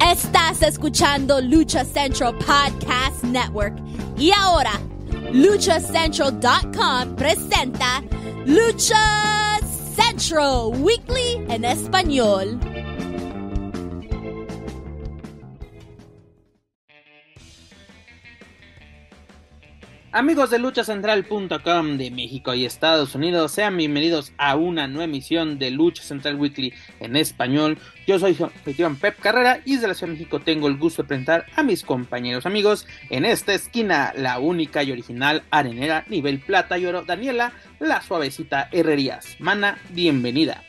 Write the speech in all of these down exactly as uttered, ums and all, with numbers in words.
Estás escuchando Lucha Central Podcast Network. Y ahora, lucha central punto com presenta Lucha Central Weekly en español. Amigos de lucha central punto com de México y Estados Unidos, sean bienvenidos a una nueva emisión de Lucha Central Weekly en español. Yo soy su anfitrión Pep Carrera y desde la Ciudad de México tengo el gusto de presentar a mis compañeros amigos. En esta esquina, la única y original arenera nivel plata y oro, Daniela, la suavecita Herrerías. Mana, bienvenida.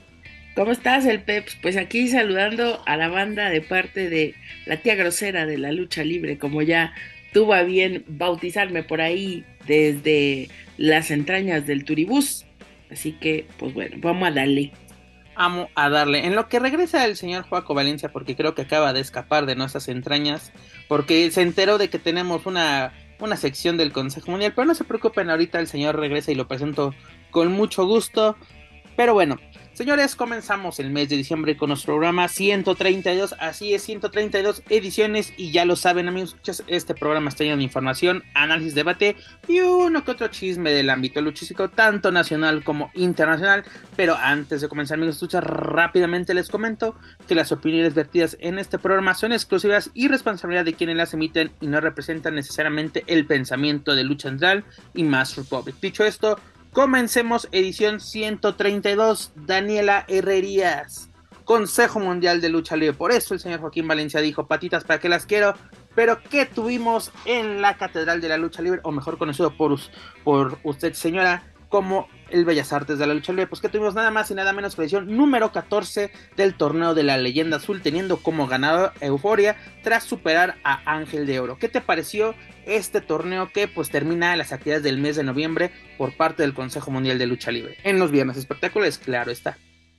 ¿Cómo estás, el Peps? Pues aquí saludando a la banda de parte de la tía grosera de la lucha libre, como ya tuvo a bien bautizarme por ahí desde las entrañas del Turibús. Así que, pues bueno, vamos a darle. Vamos a darle. En lo que regresa el señor Joaco Valencia, porque creo que acaba de escapar de nuestras entrañas, porque se enteró de que tenemos una, una sección del Consejo Mundial, pero no se preocupen, ahorita el señor regresa y lo presento con mucho gusto. Pero bueno, señores, comenzamos el mes de diciembre con nuestro programa ciento treinta y dos, así es, ciento treinta y dos ediciones, y ya lo saben, amigos, este programa está lleno de información, análisis, debate y uno que otro chisme del ámbito luchístico, tanto nacional como internacional. Pero antes de comenzar, amigos, escucha, rápidamente les comento que las opiniones vertidas en este programa son exclusivas y responsabilidad de quienes las emiten y no representan necesariamente el pensamiento de Lucha Central y Mass Republic. Dicho esto, comencemos edición ciento treinta y dos, Daniela Herrerías, Consejo Mundial de Lucha Libre. Por eso el señor Joaquín Valencia dijo, patitas, ¿para qué las quiero? Pero ¿qué tuvimos en la Catedral de la Lucha Libre? O mejor conocido por, por usted, señora, como el Bellas Artes de la Lucha Libre. Pues que tuvimos nada más y nada menos que la edición número catorce del torneo de la Leyenda Azul, teniendo como ganador Euforia tras superar a Ángel de Oro. ¿Qué te pareció este torneo que pues termina las actividades del mes de noviembre por parte del Consejo Mundial de Lucha Libre? En los viernes espectaculares, claro está.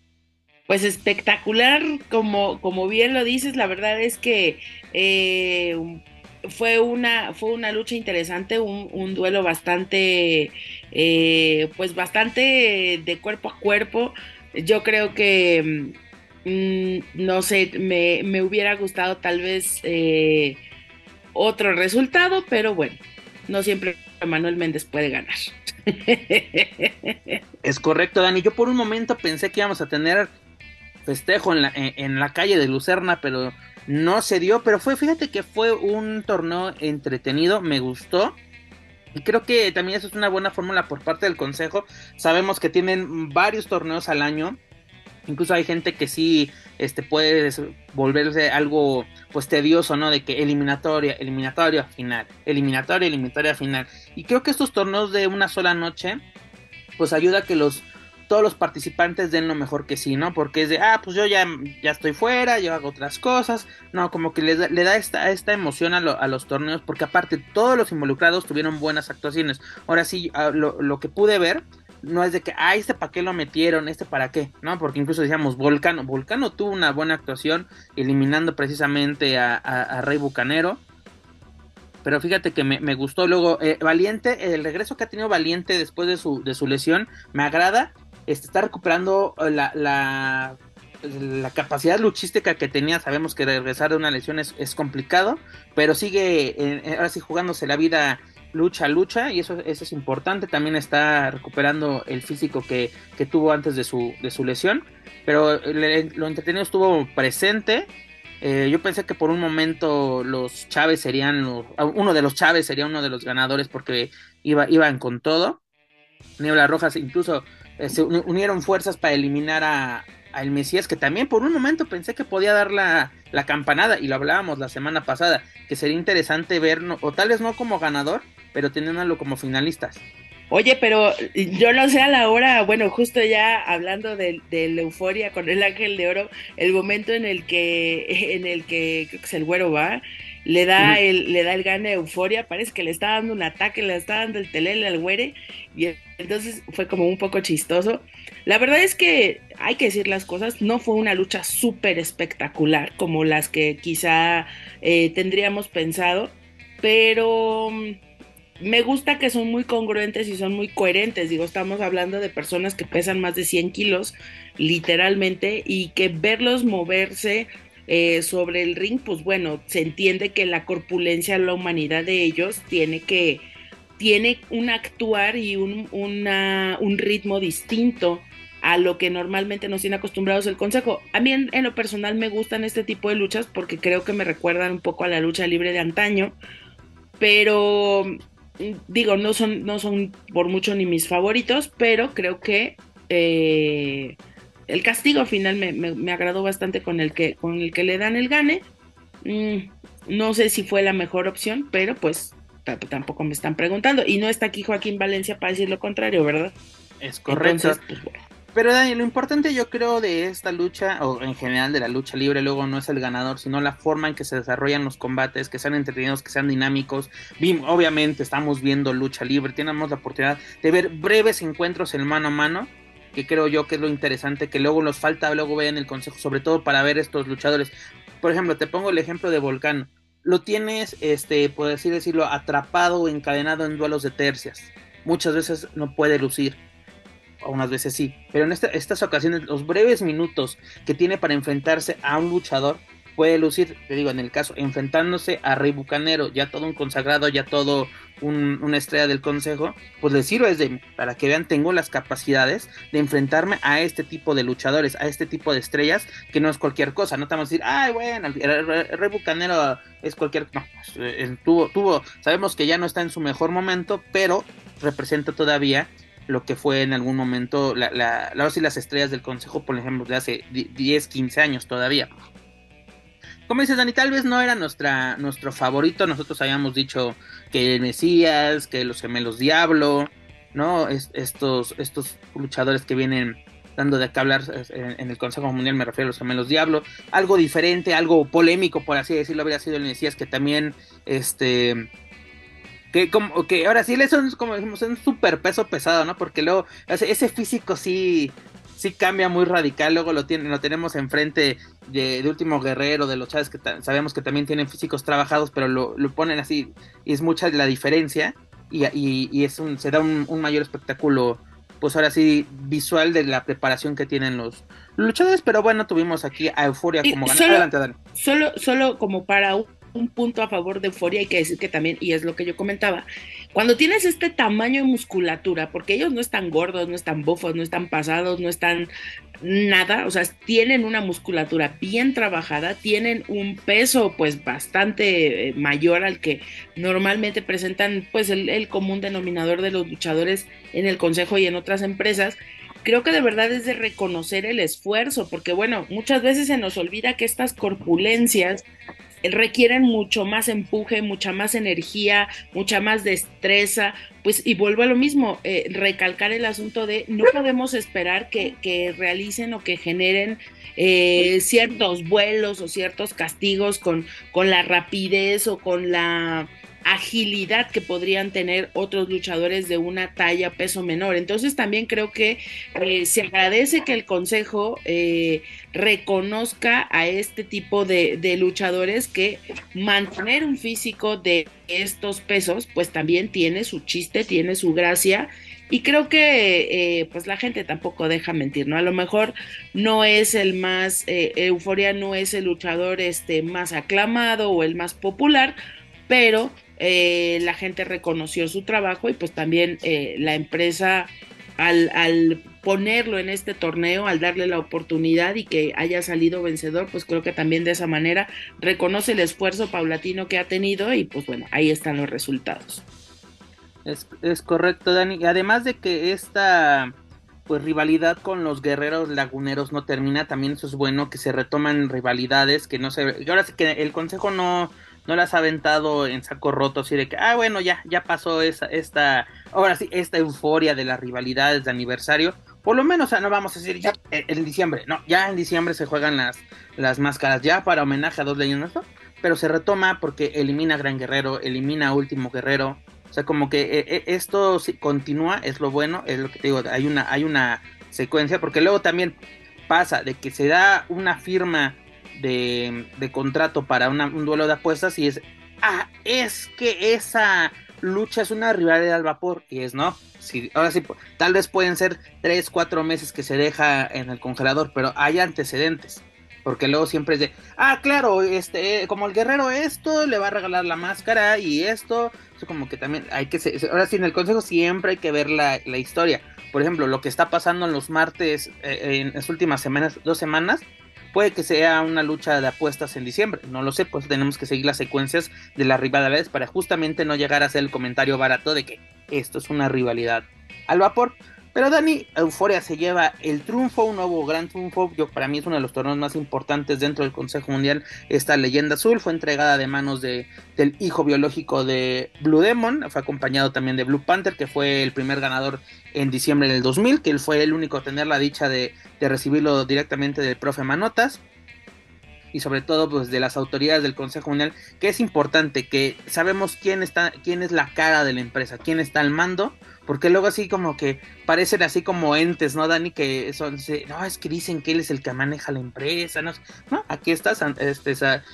Pues espectacular, como, como bien lo dices, la verdad es que eh, fue una, fue una lucha interesante, un, un duelo bastante, eh, pues bastante de cuerpo a cuerpo. Yo creo que, mm, no sé, me, me hubiera gustado tal vez eh, otro resultado, pero bueno, no siempre Manuel Méndez puede ganar. Es correcto, Dani. Yo por un momento pensé que íbamos a tener festejo en la, en, en la calle de Lucerna, pero no se dio. Pero fue, fíjate que fue un torneo entretenido, me gustó. Y creo que también eso es una buena fórmula por parte del consejo. Sabemos que tienen varios torneos al año. Incluso hay gente que sí este, puede volverse algo pues tedioso, ¿no? De que eliminatoria, eliminatoria final, eliminatoria, eliminatoria final. Y creo que estos torneos de una sola noche pues ayuda a que los todos los participantes den lo mejor que sí, ¿no? Porque es de, ah, pues yo ya, ya estoy fuera, yo hago otras cosas. No, como que le da, le da esta, esta emoción a, lo, a los torneos, porque aparte todos los involucrados tuvieron buenas actuaciones. Ahora sí, lo, lo que pude ver no es de que, ah, este para qué lo metieron, este para qué, ¿no? Porque incluso decíamos, Volcano, Volcano tuvo una buena actuación, eliminando precisamente a, a, a Rey Bucanero. Pero fíjate que me, me gustó. Luego, eh, Valiente, el regreso que ha tenido Valiente después de su, de su lesión, me agrada. Este, está recuperando la, la, la capacidad luchística que tenía. Sabemos que regresar de una lesión es, es complicado, pero sigue eh, ahora sí jugándose la vida lucha a lucha, y eso, eso es importante. También está recuperando el físico que, que tuvo antes de su, de su lesión, pero le, lo entretenido estuvo presente. Eh, yo pensé que por un momento los Chávez serían los, uno de los Chávez sería uno de los ganadores, porque iba, iban con todo. Niebla Rojas incluso eh, se unieron fuerzas para eliminar a, a El Mesías, que también por un momento pensé que podía dar la, la campanada, y lo hablábamos la semana pasada, que sería interesante ver, no, o tal vez no como ganador, pero teniéndolo como finalistas. Oye, pero yo no sé a la hora, bueno, justo ya hablando de, de la euforia con el Ángel de Oro, el momento en el que, en el que creo que es el Güero va, le da uh-huh. el, le da el gane a Euforia, parece que le está dando un ataque, le está dando el telele al Güere, y entonces fue como un poco chistoso. La verdad es que hay que decir las cosas, no fue una lucha súper espectacular como las que quizá eh, tendríamos pensado, pero me gusta que son muy congruentes y son muy coherentes. Digo, estamos hablando de personas que pesan más de cien kilos, literalmente, y que verlos moverse eh, sobre el ring, pues bueno, se entiende que la corpulencia, la humanidad de ellos tiene que, tiene un actuar y un, una, un ritmo distinto a lo que normalmente nos tiene acostumbrados el consejo. A mí en, en lo personal me gustan este tipo de luchas porque creo que me recuerdan un poco a la lucha libre de antaño, pero digo, no son, no son por mucho ni mis favoritos, pero creo que eh, el castigo final me, me, me agradó bastante con el que, con el que le dan el gane. Mm, no sé si fue la mejor opción, pero pues t- tampoco me están preguntando. Y no está aquí Joaquín Valencia para decir lo contrario, ¿verdad? Es correcto. Entonces, pues bueno. Pero Dani, lo importante yo creo de esta lucha, o en general de la lucha libre, luego no es el ganador, sino la forma en que se desarrollan los combates, que sean entretenidos, que sean dinámicos. Bim, obviamente estamos viendo lucha libre, tenemos la oportunidad de ver breves encuentros en mano a mano, que creo yo que es lo interesante, que luego nos falta, luego vean el consejo, sobre todo para ver estos luchadores. Por ejemplo, te pongo el ejemplo de Volcano. Lo tienes, este, por así decirlo, atrapado o encadenado en duelos de tercias. Muchas veces no puede lucir. O unas veces sí, pero en esta, estas ocasiones los breves minutos que tiene para enfrentarse a un luchador puede lucir, te digo, en el caso, enfrentándose a Rey Bucanero, ya todo un consagrado, ya todo un, una estrella del consejo, pues les sirve de, para que vean, tengo las capacidades de enfrentarme a este tipo de luchadores, a este tipo de estrellas, que no es cualquier cosa, no te vamos a decir, ay, bueno, el, el, el Rey Bucanero es cualquier, no, pues, tuvo, tuvo, sabemos que ya no está en su mejor momento, pero representa todavía lo que fue en algún momento la, la, la, las estrellas del consejo, por ejemplo, de hace diez, quince años todavía. Como dices, Dani, tal vez no era nuestra, nuestro favorito, nosotros habíamos dicho que el Mesías, que los gemelos Diablo, ¿no? Es, estos, estos luchadores que vienen dando de acá hablar en, en el Consejo Mundial, me refiero a los gemelos Diablo, algo diferente, algo polémico, por así decirlo, habría sido el Mesías, que también, este... que como que ahora sí le son, como dijimos, un super peso pesado, ¿no? Porque luego ese, ese físico sí sí cambia muy radical, luego lo tiene, lo tenemos enfrente de, de Último Guerrero, de los chavos que ta- sabemos que también tienen físicos trabajados, pero lo, lo ponen así, y es mucha la diferencia, y, y, y es un, se da un, un mayor espectáculo, pues ahora sí, visual de la preparación que tienen los luchadores, pero bueno, tuvimos aquí a Euforia como ganador. Adelante, Dani. Solo, solo como para un un punto a favor de Euforia, hay que decir que también, y es lo que yo comentaba, cuando tienes este tamaño de musculatura, porque ellos no están gordos, no están bofos, no están pasados, no están nada, o sea, tienen una musculatura bien trabajada, tienen un peso pues bastante eh, mayor al que normalmente presentan pues el, el común denominador de los luchadores en el consejo y en otras empresas. Creo que de verdad es de reconocer el esfuerzo, porque bueno, muchas veces se nos olvida que estas corpulencias requieren mucho más empuje, mucha más energía, mucha más destreza, pues y vuelvo a lo mismo, eh, recalcar el asunto de no podemos esperar que, que realicen o que generen eh, ciertos vuelos o ciertos castigos con, con la rapidez o con la agilidad que podrían tener otros luchadores de una talla peso menor. Entonces también creo que eh, se agradece que el consejo eh, reconozca a este tipo de, de luchadores, que mantener un físico de estos pesos pues también tiene su chiste, tiene su gracia, y creo que eh, pues la gente tampoco deja mentir, ¿no? A lo mejor no es el más, eh, Euforia no es el luchador este, más aclamado o el más popular, pero eh, la gente reconoció su trabajo, y pues también eh, la empresa al, al ponerlo en este torneo, al darle la oportunidad y que haya salido vencedor, pues creo que también de esa manera reconoce el esfuerzo paulatino que ha tenido, y pues bueno, ahí están los resultados. Es, es correcto, Dani. Además de que esta pues rivalidad con los guerreros laguneros no termina, también eso es bueno, que se retoman rivalidades, que no se... Ahora sí que el consejo no... no las ha aventado en saco roto, así de que, ah, bueno, ya, ya pasó esa, esta, ahora sí, esta euforia de las rivalidades de aniversario, por lo menos, o sea, no vamos a decir ya en, en diciembre, no, ya en diciembre se juegan las, las máscaras, ya para homenaje a dos leyendas, ¿no? Pero se retoma porque elimina a Gran Guerrero, elimina a Último Guerrero, o sea, como que eh, esto sí, continúa, es lo bueno, es lo que te digo, hay una, hay una secuencia, porque luego también pasa de que se da una firma De, de contrato para una, un duelo de apuestas y es, ah, es que esa lucha es una rivalidad al vapor, y es, no, sí, ahora sí, tal vez pueden ser tres, cuatro meses que se deja en el congelador, pero hay antecedentes, porque luego siempre es de, ah, claro, este, como el guerrero esto, le va a regalar la máscara y esto, eso como que también hay que, ahora sí, en el consejo siempre hay que ver la, la historia. Por ejemplo, lo que está pasando en los martes, eh, en las últimas semanas, dos semanas, puede que sea una lucha de apuestas en diciembre, no lo sé, pues tenemos que seguir las secuencias de las rivalidades para justamente no llegar a hacer el comentario barato de que esto es una rivalidad al vapor. Pero Dani, Euphoria se lleva el triunfo, un nuevo gran triunfo. Yo, para mí es uno de los torneos más importantes dentro del Consejo Mundial. Esta leyenda azul fue entregada de manos de, del hijo biológico de Blue Demon. Fue acompañado también de Blue Panther, que fue el primer ganador en diciembre del dos mil, que él fue el único a tener la dicha de, de recibirlo directamente del profe Manotas. Y sobre todo pues de las autoridades del Consejo Mundial, que es importante que sabemos quién está, quién es la cara de la empresa, quién está al mando, porque luego así como que parecen así como entes, ¿no, Dani? Que son, no, es que dicen que él es el que maneja la empresa, ¿no? No, aquí está este,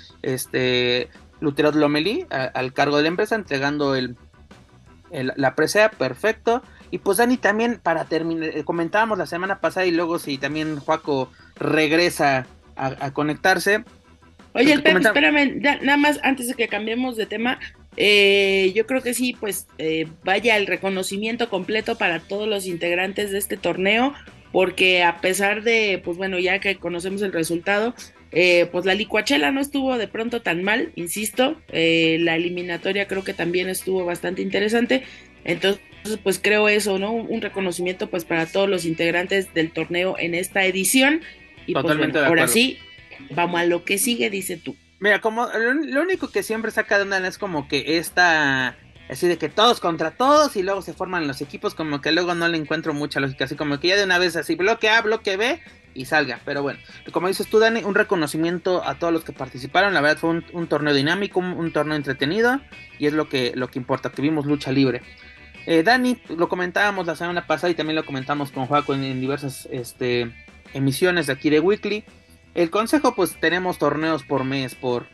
este Lutero Lomelí a, al cargo de la empresa, entregando el, el la presea, perfecto. Y pues Dani, también para terminar, comentábamos la semana pasada y luego si también Joaco regresa A, a conectarse. Oye, el Pep, espérame, ya, nada más antes de que cambiemos de tema, eh, yo creo que sí, pues eh, vaya el reconocimiento completo para todos los integrantes de este torneo, porque a pesar de, pues bueno, ya que conocemos el resultado, eh, pues la licuachela no estuvo de pronto tan mal, insisto, eh, la eliminatoria creo que también estuvo bastante interesante, entonces pues creo eso, ¿no? Un reconocimiento pues para todos los integrantes del torneo en esta edición. Y totalmente, pues bueno, ahora sí, vamos a lo que sigue, dice tú. Mira, como lo, lo único que siempre saca de onda es como que esta, así de que todos contra todos y luego se forman los equipos, como que luego no le encuentro mucha lógica, así como que ya de una vez así, bloque A, bloque B y salga. Pero bueno, como dices tú, Dani, un reconocimiento a todos los que participaron, la verdad fue un, un torneo dinámico, un, un torneo entretenido y es lo que, lo que importa, que vimos lucha libre. Eh, Dani, lo comentábamos la semana pasada y también lo comentamos con Joaco en, en diversas este, emisiones de aquí de Weekly. El consejo, pues tenemos torneos por mes, por,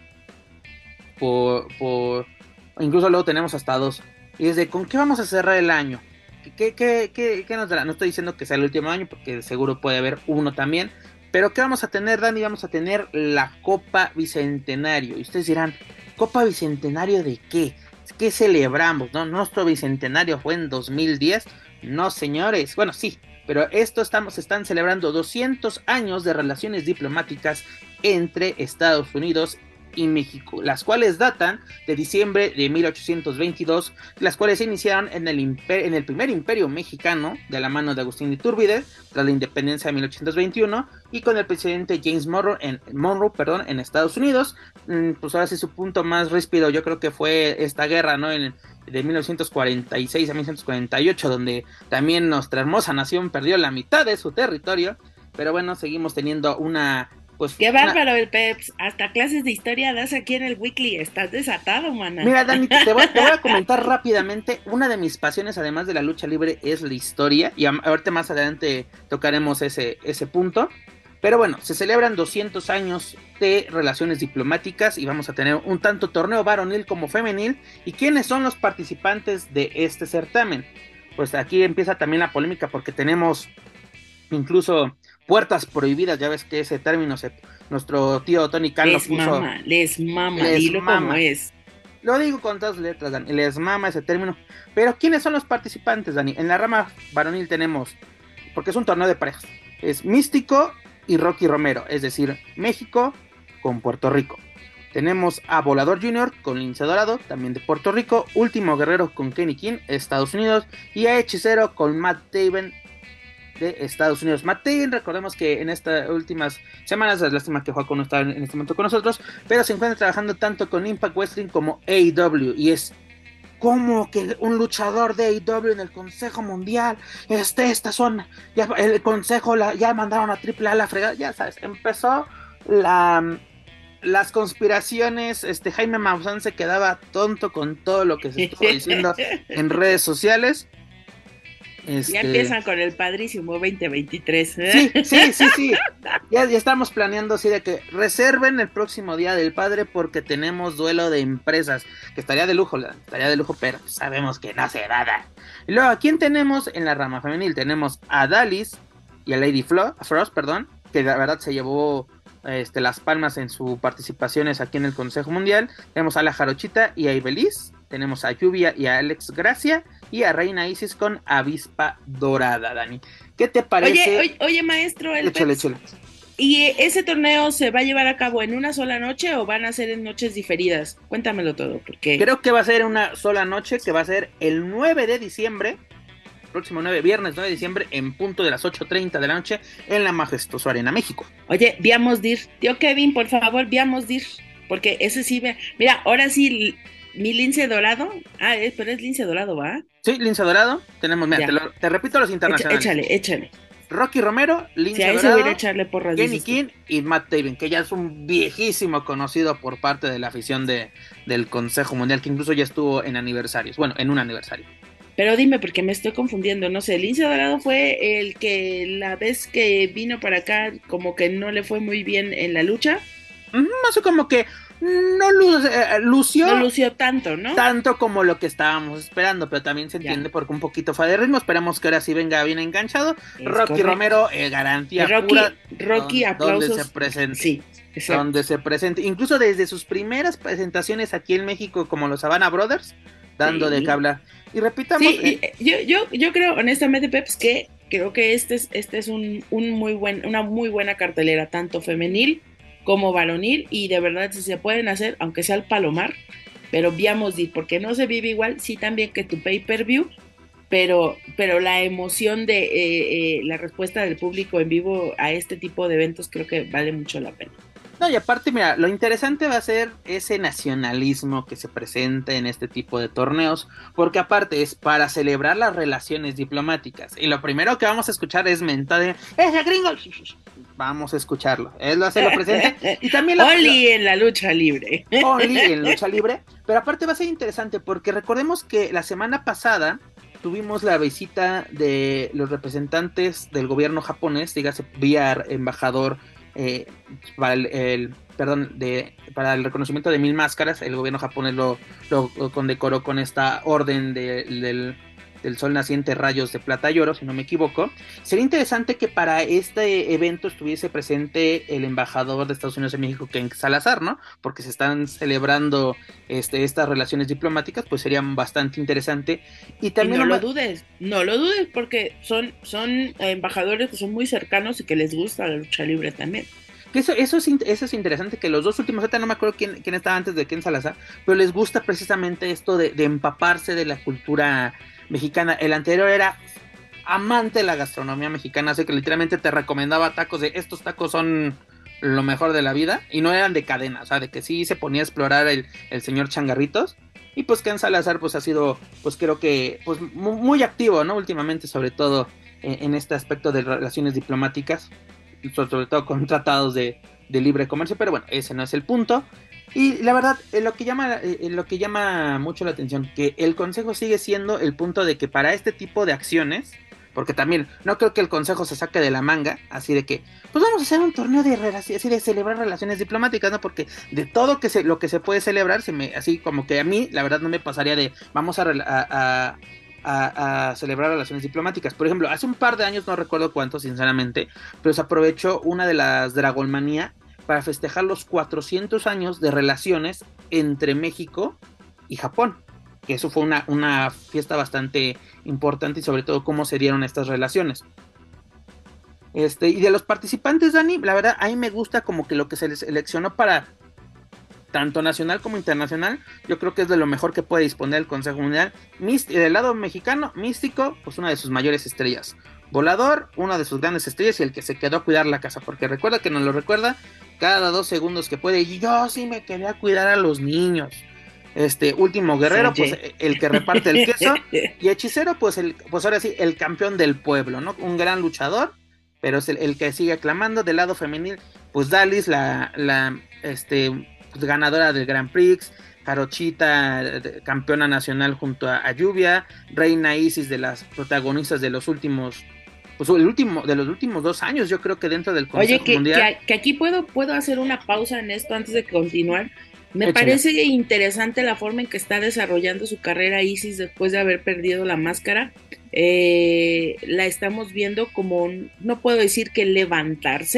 por, por, incluso luego tenemos hasta dos. Y desde con qué vamos a cerrar el año, qué, qué, qué, qué nos dará. No estoy diciendo que sea el último año, porque seguro puede haber uno también. Pero qué vamos a tener, Dani, vamos a tener la Copa Bicentenario. Y ustedes dirán, ¿Copa Bicentenario de qué? ¿Qué celebramos? ¿No? Nuestro bicentenario fue en dos mil diez. No, señores. Bueno, sí, pero esto estamos, están celebrando doscientos años de relaciones diplomáticas entre Estados Unidos y México, las cuales datan de diciembre de mil ochocientos veintidós, las cuales se iniciaron en el, imper- en el primer imperio mexicano de la mano de Agustín de Iturbide tras la independencia de mil ochocientos veintiuno y con el presidente James Monroe en, Monroe, perdón, en Estados Unidos. Pues ahora sí su punto más ríspido yo creo que fue esta guerra, ¿no? En, de mil novecientos cuarenta y seis a mil novecientos cuarenta y ocho, donde también nuestra hermosa nación perdió la mitad de su territorio, pero bueno, seguimos teniendo una... Pues, qué bárbaro el Peps, hasta clases de historia das aquí en el Weekly, estás desatado, mana. Mira, Dani, te voy, te voy a comentar rápidamente, una de mis pasiones además de la lucha libre es la historia, y ahorita más adelante tocaremos ese, ese punto, pero bueno, se celebran doscientos años de relaciones diplomáticas y vamos a tener un tanto torneo varonil como femenil. ¿Y quiénes son los participantes de este certamen? Pues aquí empieza también la polémica porque tenemos incluso puertas prohibidas, ya ves que ese término se, nuestro tío Tony Khan lo puso. Mama, les mama, les dilo mama. Como es. Lo digo con todas las letras, Dani, les mama ese término. Pero ¿quiénes son los participantes, Dani? En la rama varonil tenemos, porque es un torneo de parejas, es Místico y Rocky Romero, es decir, México con Puerto Rico. Tenemos a Volador Junior con Lince Dorado, también de Puerto Rico, Último Guerrero con Kenny King, Estados Unidos, y a Hechicero con Matt Taven de Estados Unidos. Matt Taven, recordemos que en estas últimas semanas, es lástima que Joaco no está en este momento con nosotros, pero se encuentra trabajando tanto con Impact Wrestling como A E W, y es como que un luchador de A E W en el Consejo Mundial, este, esta zona, ya el Consejo la, ya mandaron a Triple A la fregada, ya sabes, empezó la... las conspiraciones, este Jaime Maussan se quedaba tonto con todo lo que se estuvo diciendo en redes sociales. Este... Ya empiezan con el padrísimo veinte veintitrés. Sí, sí, sí, sí. Ya, ya estamos planeando así de que reserven el próximo Día del Padre porque tenemos duelo de empresas, que estaría de lujo, estaría de lujo, pero sabemos que no se va a dar. Y luego, ¿a quién tenemos en la rama femenil? Tenemos a Dallas y a Lady Flo, Frost, perdón, que la verdad se llevó este, las palmas en sus participaciones aquí en el Consejo Mundial. Tenemos a la Jarochita y a Ibeliz, tenemos a Lluvia y a Alex Gracia, y a Reina Isis con Avispa Dorada, Dani. ¿Qué te parece? Oye, oye, oye maestro, el échale, échale. ¿Y ese torneo se va a llevar a cabo en una sola noche o van a ser en noches diferidas? Cuéntamelo todo, porque... Creo que va a ser una sola noche, que va a ser el nueve de diciembre, próximo nueve, viernes nueve de diciembre, en punto de las ocho treinta de la noche, en la Majestuosa Arena México. Oye, viamos dir, tío Kevin, por favor, viamos dir, porque ese sí, ve... mira, ahora sí, mi lince dorado, ah, es, pero es lince dorado, ¿va? Sí, lince dorado, tenemos, mira, te, lo, te repito los internacionales. Échale, échale. Rocky Romero, Lince sí, Dorado, voy a echarle porras, Kenny King y Matt Taven, que ya es un viejísimo conocido por parte de la afición de, del Consejo Mundial, que incluso ya estuvo en aniversarios, bueno, en un aniversario. Pero dime, porque me estoy confundiendo, no sé, Lince Dorado fue el que la vez que vino para acá como que no le fue muy bien en la lucha. No sé, como que no lu- eh, lució, no lució tanto, ¿no? Tanto como lo que estábamos esperando, pero también se entiende ya. Porque un poquito fue de ritmo. Esperamos que ahora sí venga bien enganchado. Es Rocky correcto. Romero, eh, garantía Rocky, pura. Rocky, donde, aplausos. Donde se presente. Sí, exacto. Donde se presente. Incluso desde sus primeras presentaciones aquí en México, como los Savannah Brothers, dando sí. de qué hablar. Y repitamos. Sí, eh, yo, yo, yo creo, honestamente, Peps, que creo que este es, este es un, un muy buen, una muy buena cartelera, tanto femenil como varonil, y de verdad si se pueden hacer, aunque sea el Palomar, pero viamos, porque no se vive igual, sí también que tu pay-per-view, pero, pero la emoción de eh, eh, la respuesta del público en vivo a este tipo de eventos creo que vale mucho la pena. No, y aparte, mira, lo interesante va a ser ese nacionalismo que se presenta en este tipo de torneos, porque aparte es para celebrar las relaciones diplomáticas, y lo primero que vamos a escuchar es mentada de ¡ese gringo! Vamos a escucharlo, él lo hace lo presente, y también la, Oli en la lucha libre. Oli en lucha libre, pero aparte va a ser interesante, porque recordemos que la semana pasada tuvimos la visita de los representantes del gobierno japonés, dígase vía embajador, Eh, para el, el perdón de para el reconocimiento de mil máscaras. El gobierno japonés lo, lo, lo condecoró con esta orden de, del, del sol naciente rayos de plata y oro, si no me equivoco. Sería interesante que para este evento estuviese presente el embajador de Estados Unidos en México, Ken Salazar, ¿no? Porque se están celebrando este, estas relaciones diplomáticas, pues sería bastante interesante. Y también y no lo dudes, no lo dudes, porque son, son embajadores que son muy cercanos y que les gusta la lucha libre también. Eso, eso, es, eso es interesante, que los dos últimos, ahorita no me acuerdo quién, quién estaba antes de Ken Salazar, pero les gusta precisamente esto de, de empaparse de la cultura mexicana. El anterior era amante de la gastronomía mexicana, así que literalmente te recomendaba tacos de estos tacos son lo mejor de la vida, y no eran de cadena, o sea, de que sí se ponía a explorar el, el señor Changarritos. Y pues Ken Salazar pues ha sido, pues creo que pues muy, muy activo, ¿no? Últimamente, sobre todo en, en este aspecto de relaciones diplomáticas, sobre todo con tratados de, de libre comercio, pero bueno, ese no es el punto. Y la verdad, eh, lo que llama eh, lo que llama mucho la atención, que el consejo sigue siendo el punto de que para este tipo de acciones, porque también no creo que el consejo se saque de la manga, así de que, pues vamos a hacer un torneo de relaciones, así de celebrar relaciones diplomáticas, ¿no? Porque de todo que se, lo que se puede celebrar, se me, así como que a mí, la verdad, no me pasaría de, vamos a, a, a, a celebrar relaciones diplomáticas. Por ejemplo, hace un par de años, no recuerdo cuánto, sinceramente, pero se aprovechó una de las Dragonmanía para festejar los cuatrocientos años de relaciones entre México y Japón. Que eso fue una, una fiesta bastante importante, y sobre todo cómo se dieron estas relaciones. Este, y de los participantes, Dani, la verdad, a mí me gusta como que lo que se les seleccionó para tanto nacional como internacional, yo creo que es de lo mejor que puede disponer el Consejo Mundial. Míst- del lado mexicano, Místico, pues una de sus mayores estrellas. Volador, una de sus grandes estrellas, y el que se quedó a cuidar la casa, porque recuerda que nos lo recuerda cada dos segundos que puede, y yo sí me quería cuidar a los niños. Este Último Guerrero, pues el que reparte el queso, y Hechicero, pues el, pues ahora sí, el campeón del pueblo, ¿no? Un gran luchador, pero es el, el que sigue aclamando. Del lado femenil, pues Dalis, la, la este, pues, ganadora del Grand Prix, Jarochita, campeona nacional junto a, a Lluvia, Reina Isis, de las protagonistas de los últimos, pues el último, de los últimos dos años, yo creo que dentro del Consejo Oye, que, Mundial. Que, que aquí puedo, puedo hacer una pausa en esto antes de continuar. Me Échale. Parece interesante la forma en que está desarrollando su carrera Isis después de haber perdido la máscara. Eh, la estamos viendo como, no puedo decir que levantarse,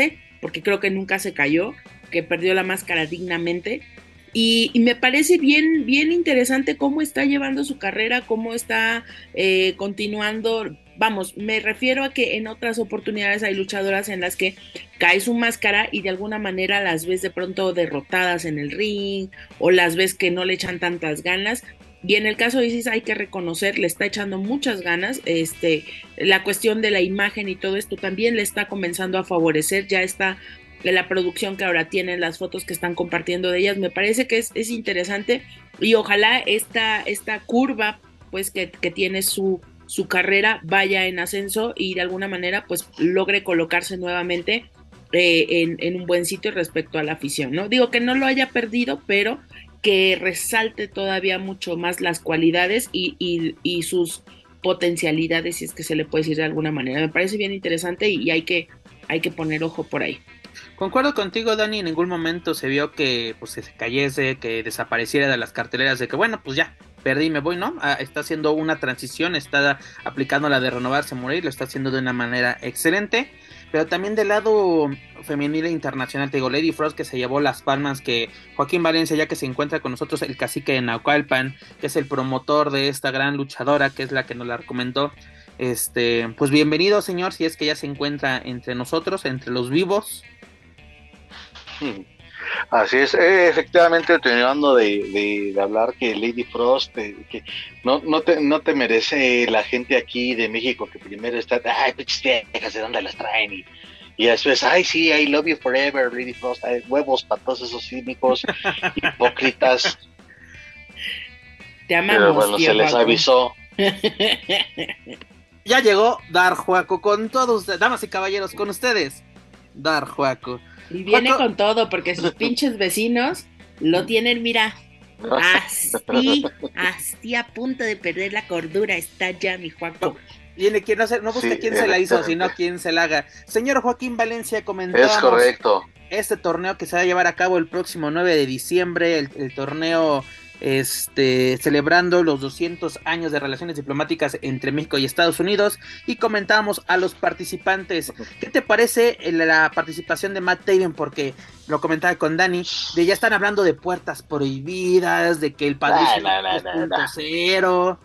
porque creo que nunca se cayó, que perdió la máscara dignamente. Y, y me parece bien, bien interesante cómo está llevando su carrera, cómo está eh, continuando. Vamos, me refiero a que en otras oportunidades hay luchadoras en las que cae su máscara y de alguna manera las ves de pronto derrotadas en el ring, o las ves que no le echan tantas ganas. Y en el caso de Isis hay que reconocer, le está echando muchas ganas. Este, la cuestión de la imagen y todo esto también le está comenzando a favorecer. Ya está la producción que ahora tienen, las fotos que están compartiendo de ellas, me parece que es, es interesante, y ojalá esta, esta curva pues que, que tiene su, su carrera vaya en ascenso y de alguna manera pues logre colocarse nuevamente eh, en, en un buen sitio respecto a la afición, ¿no? Digo que no lo haya perdido, pero que resalte todavía mucho más las cualidades y, y, y sus potencialidades, si es que se le puede decir de alguna manera. Me parece bien interesante y, y hay que, hay que poner ojo por ahí. Concuerdo contigo, Dani, en ningún momento se vio que pues se cayese, que desapareciera de las carteleras, de que bueno, pues ya, perdí y me voy, ¿no? Ah, está haciendo una transición, está aplicando la de renovarse, morir, lo está haciendo de una manera excelente, pero también del lado femenil e internacional, te digo, Lady Frost, que se llevó las palmas, que Joaquín Valencia, ya que se encuentra con nosotros, el cacique de Naucalpan, que es el promotor de esta gran luchadora, que es la que nos la recomendó, este, pues bienvenido, señor, si es que ya se encuentra entre nosotros, entre los vivos. Así es, eh, efectivamente, terminando de, de, de hablar que Lady Frost, eh, que no, no, te, no te merece la gente aquí de México que primero está, ay, pinches viejas, ¿de dónde las traen? Y, y después, ay, sí, I love you forever, Lady Frost, ay, huevos para todos esos cínicos, hipócritas. Te amamos, pero bueno, se les Juaco. Avisó. Ya llegó Dar Juaco con todos ustedes, damas y caballeros, con ustedes, Dar Juaco. Y viene Juaco con todo, porque sus pinches vecinos lo tienen, mira, así, así a punto de perder la cordura está ya mi Juaco. Viene quien no, se, no busca sí, quién se la hizo, sino quién se la haga. Señor Joaquín Valencia, comentábamos. Es correcto. Este torneo que se va a llevar a cabo el próximo nueve de diciembre, el, el torneo este celebrando los doscientos años de relaciones diplomáticas entre México y Estados Unidos, y comentábamos a los participantes. ¿Qué te parece la participación de Matt Taven? Porque lo comentaba con Dani, de ya están hablando de puertas prohibidas, de que el padrísimo tres punto cero.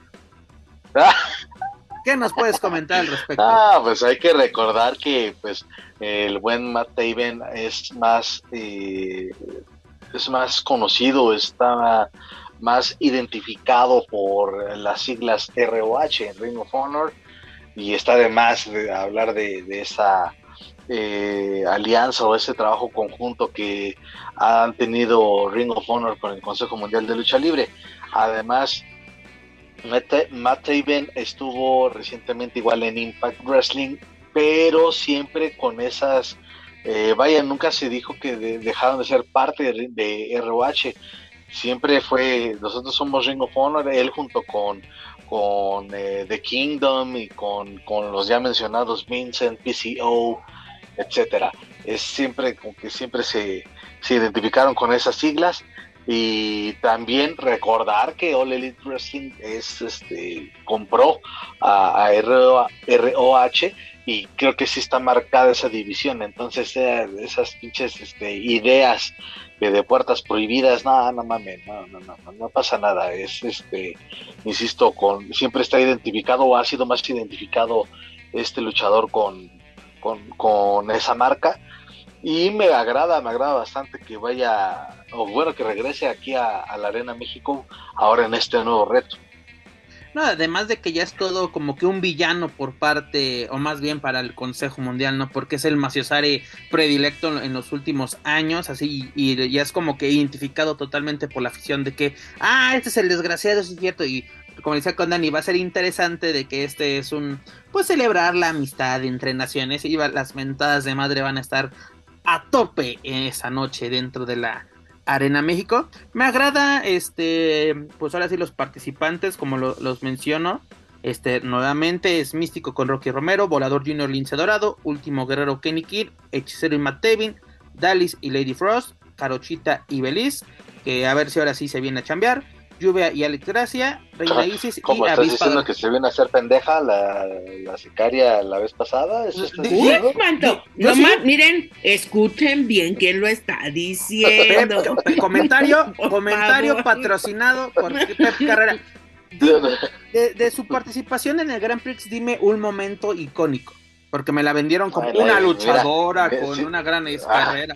¿Qué nos puedes comentar al respecto? Ah, pues hay que recordar que pues el buen Matt Taven es más eh, es más conocido, está más identificado por las siglas R O H en Ring of Honor, y está de más de hablar de, de esa eh, alianza o ese trabajo conjunto que han tenido Ring of Honor con el Consejo Mundial de Lucha Libre. Además, Matt Taven estuvo recientemente igual en Impact Wrestling, pero siempre con esas eh, vaya, nunca se dijo que de, dejaron de ser parte de, de R O H. Siempre fue, nosotros somos Ring of Honor, él junto con con eh, The Kingdom y con, con los ya mencionados Vincent, P C O, etcétera. Es siempre, como que siempre se, se identificaron con esas siglas. Y también recordar que All Elite Wrestling es, este, compró a, a R O H, y creo que sí está marcada esa división. Entonces eh, esas pinches este, ideas de, de puertas prohibidas, no, no mames, no, no, no, no pasa nada. Es, este, insisto, con siempre está identificado, o ha sido más identificado este luchador con, con, con esa marca. Y me agrada, me agrada bastante que vaya, o bueno, que regrese aquí a, a la Arena México ahora en este nuevo reto. No, además de que ya es todo como que un villano por parte, o más bien para el Consejo Mundial, ¿no? Porque es el mafiosare predilecto en los últimos años, así, y ya es como que identificado totalmente por la afición de que, ah, este es el desgraciado, eso es cierto, y como decía con Dani, va a ser interesante de que este es un, pues celebrar la amistad entre naciones, y las mentadas de madre van a estar a tope esa noche dentro de la Arena México. Me agrada, este, pues ahora sí los participantes, como lo, los menciono, este, nuevamente es Místico con Rocky Romero, Volador Junior Lince Dorado, Último Guerrero Kenny Kidd, Hechicero y Matt Taven, Dallas y Lady Frost, Carochita y Beliz, que a ver si ahora sí se viene a chambear, Lluvia y Alex Gracia, Reina Isis ¿Cómo y estás Avispa diciendo Dorada. que se viene a hacer pendeja la, la sicaria la vez pasada? ¿Eso estás Di- diciendo? Uy, manto, Yo nomás, sí. miren, escuchen bien quién lo está diciendo. Pep, pe- comentario, Por comentario favor. patrocinado por Pep Carrera. Di- de, de su participación en el Grand Prix, dime un momento icónico. Porque me la vendieron como Bueno, una mira, luchadora mira, con sí. una gran Ah. carrera.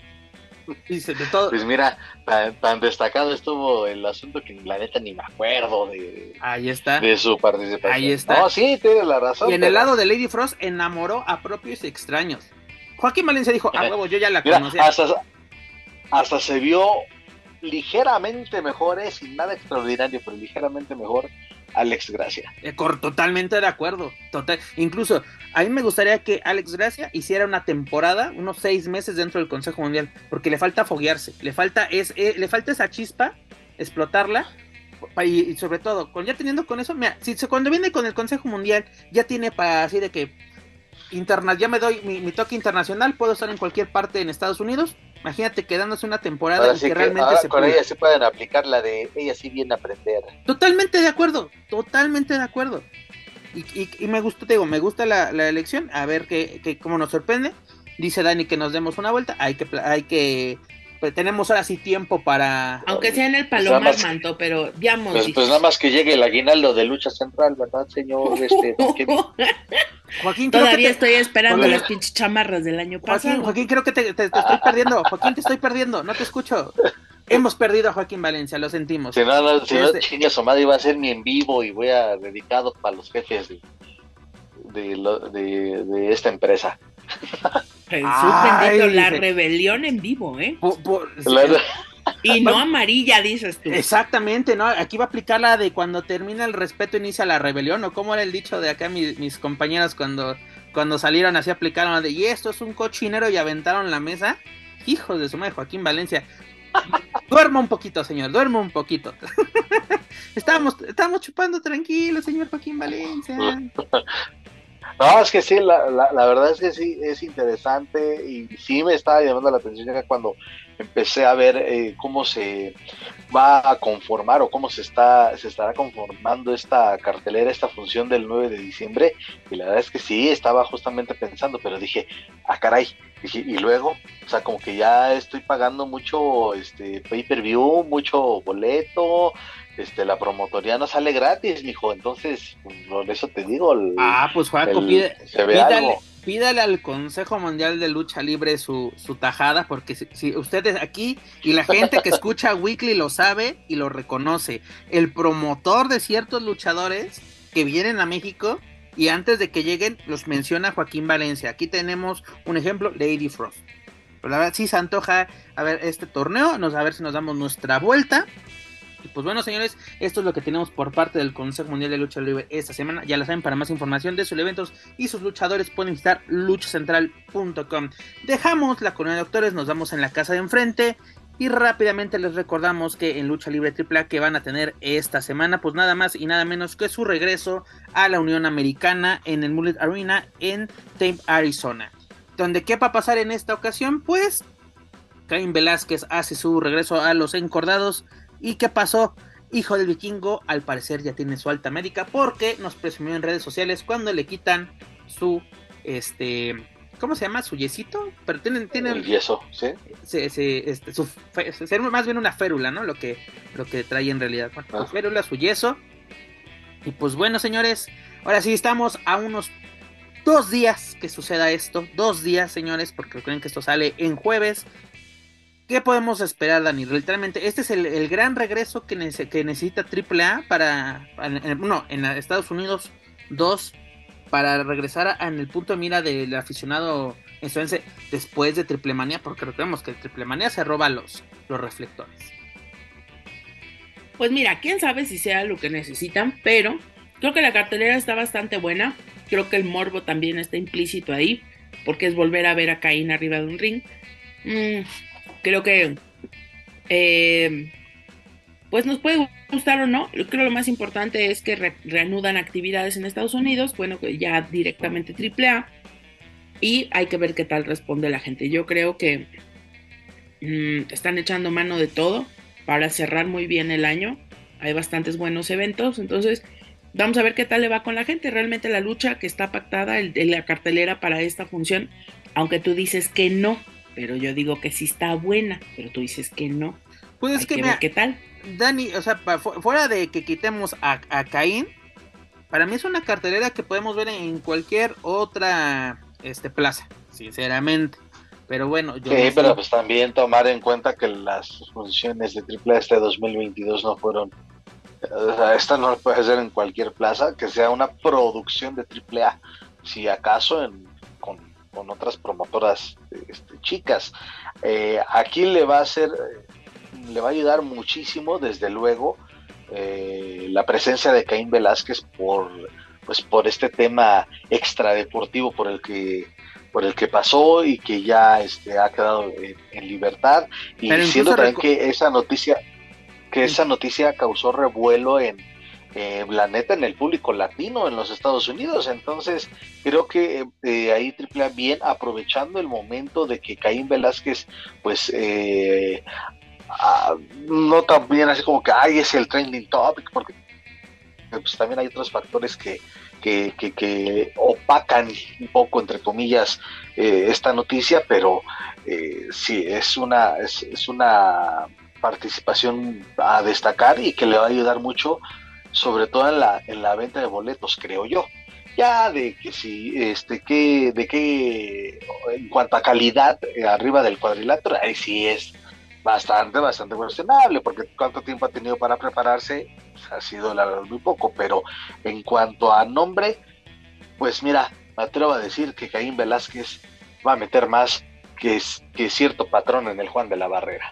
Dice, de todo. Pues mira, tan, tan destacado estuvo el asunto que la neta ni me acuerdo de, Ahí está. de su participación. Ahí está. No, sí, tienes la razón. Y en el pero- lado de Lady Frost enamoró a propios y extraños. Joaquín Valencia dijo, a huevo, yo ya la Mira, conocía. hasta, hasta se vio ligeramente mejor, eh, sin nada extraordinario, pero ligeramente mejor Alex Gracia. Eh, cor- totalmente de acuerdo. Total. Incluso, a mí me gustaría que Alex Gracia hiciera una temporada, unos seis meses dentro del Consejo Mundial, porque le falta foguearse, le falta, es, eh, le falta esa chispa, explotarla, y, y sobre todo, con, ya teniendo con eso, mira, si se- cuando viene con el Consejo Mundial, ya tiene para así de que interna, ya me doy mi, mi toque internacional, puedo estar en cualquier parte en Estados Unidos. Imagínate quedándose una temporada Ahora y sí que que realmente ahora se con pueda. ella sí pueden aplicar la de ella sí viene a aprender. Totalmente de acuerdo, totalmente de acuerdo. Y, y, y me gusta, te digo, me gusta la, la elección, a ver qué, qué, cómo nos sorprende. Dice Dani que nos demos una vuelta, hay que, hay que, pues tenemos ahora sí tiempo para... Aunque sea en el Pues Palomar, nada más- manto, pero veamos. Pues, pues nada más que llegue el aguinaldo de lucha central, ¿verdad, señor? Este, que- Joaquín, creo Todavía que te... estoy esperando Joaquín- las pinches chamarras del año Joaquín, pasado. Joaquín, creo que te, te- te estoy perdiendo. Joaquín, te estoy perdiendo. No te escucho. Hemos perdido a Joaquín Valencia, lo sentimos. si no, no, si no Este- chingue a su madre, iba a ser mi en vivo y voy a dedicado para los jefes de, de, lo- de, de esta empresa. Jesús Ay, bendito, la dice- rebelión en vivo, ¿eh? Por- por- La- Y no amarilla, dices tú. Exactamente, ¿no? Aquí va a aplicar la de cuando termina el respeto inicia la rebelión, o cómo era el dicho de acá mis, mis compañeros cuando, cuando salieron así aplicaron la de y esto es un cochinero y aventaron la mesa. Hijos de su madre, Joaquín Valencia. Duerma un poquito, señor, duerma un poquito. estábamos, estábamos chupando tranquilo, señor Joaquín Valencia. No, es que sí, la, la, la verdad es que sí, es interesante y sí me estaba llamando la atención ya cuando empecé a ver eh, cómo se va a conformar o cómo se está se estará conformando esta cartelera, esta función del nueve de diciembre, y la verdad es que sí, estaba justamente pensando, pero dije, ah caray, dije, y luego, o sea, como que ya estoy pagando mucho este pay-per-view, mucho boleto, este la promotoría no sale gratis, mijo, entonces, por eso te digo, el, Ah, pues Joaco, el- pide, se ve pídale, algo. pídale al Consejo Mundial de Lucha Libre su, su tajada, porque si, si ustedes aquí y la gente que escucha Weekly lo sabe y lo reconoce, el promotor de ciertos luchadores que vienen a México y antes de que lleguen los menciona Joaquín Valencia. Aquí tenemos un ejemplo, Lady Frost. Pero la verdad sí se antoja a ver este torneo, nos, a ver si nos damos nuestra vuelta. Y pues bueno, señores, esto es lo que tenemos por parte del Consejo Mundial de Lucha Libre esta semana. Ya lo saben, para más información de sus eventos y sus luchadores pueden visitar lucha central punto com. Dejamos la corona de doctores, nos vamos en la casa de enfrente y rápidamente les recordamos que en Lucha Libre Triple A que van a tener esta semana, pues nada más y nada menos que su regreso a la Unión Americana en el Mullet Arena en Tempe, Arizona. Donde ¿qué va a pasar en esta ocasión? Pues Caín Velázquez hace su regreso a los encordados. ¿Y qué pasó? Hijo del Vikingo al parecer ya tiene su alta médica porque nos presumió en redes sociales cuando le quitan su, este, ¿cómo se llama? Su yesito, pero tienen, tienen, Y eso, ¿sí? se, se, este, su, fe- ser más bien una férula, ¿no? Lo que, lo que trae en realidad, bueno, Ah. su férula, su yeso. Y pues bueno, señores, ahora sí estamos a unos dos días que suceda esto, dos días, señores, porque recuerden que esto sale en jueves. ¿Qué podemos esperar, Dani? Literalmente, este es el, el gran regreso que, nece- que necesita Triple A para, en, en- uno, en Estados Unidos, dos, para regresar a- en el punto de mira del aficionado estadounidense después de Triple Manía, porque recordemos que el Triple Manía se roba los, los reflectores. Pues mira, quién sabe si sea lo que necesitan, pero creo que la cartelera está bastante buena. Creo que el morbo también está implícito ahí, porque es volver a ver a Caín arriba de un ring. Mm, creo que eh, pues nos puede gustar o no. Yo creo lo más importante es que re- reanudan actividades en Estados Unidos, bueno, que ya directamente Triple A, y hay que ver qué tal responde la gente. Yo creo que mm, están echando mano de todo para cerrar muy bien el año hay bastantes buenos eventos, entonces vamos a ver qué tal le va con la gente. Realmente la lucha que está pactada en la cartelera para esta función, aunque tú dices que no, pero yo digo que sí está buena, pero tú dices que no. Pues es hay que, que mira, ver qué tal. Dani, o sea, pa, fuera de que quitemos a, a Caín, para mí es una cartelera que podemos ver en cualquier otra este, plaza, sinceramente. Pero bueno, yo sí, no pero sé. pues también tomar en cuenta que las funciones de triple A este dos mil veintidós no fueron, o sea, esta no lo puedes hacer en cualquier plaza, que sea una producción de triple A, si acaso en, con, con otras promotoras este, chicas. Eh, aquí le va a hacer, le va a ayudar muchísimo, desde luego, eh, la presencia de Caín Velázquez por, pues, por este tema extradeportivo por el que por el que pasó y que ya este, ha quedado en, en libertad, y Pero siento incluso también recu- que esa noticia que esa noticia causó revuelo en eh, la neta en el público latino en los Estados Unidos. Entonces creo que eh, ahí triple A bien aprovechando el momento de que Caín Velázquez pues eh, ah, no tan bien así como que ay es el trending topic, porque pues también hay otros factores que Que, que, que opacan un poco, entre comillas, eh, esta noticia, pero eh, sí, es una, es, es una participación a destacar y que le va a ayudar mucho, sobre todo en la, en la venta de boletos, creo yo. Ya de que si, este, que, de que en cuanto a calidad, eh, arriba del cuadrilátero, ahí sí es bastante, bastante cuestionable, porque cuánto tiempo ha tenido para prepararse, ha sido la verdad muy poco, pero en cuanto a nombre, pues mira, me atrevo a decir que Caín Velázquez va a meter más que, que cierto patrón en el Juan de la Barrera.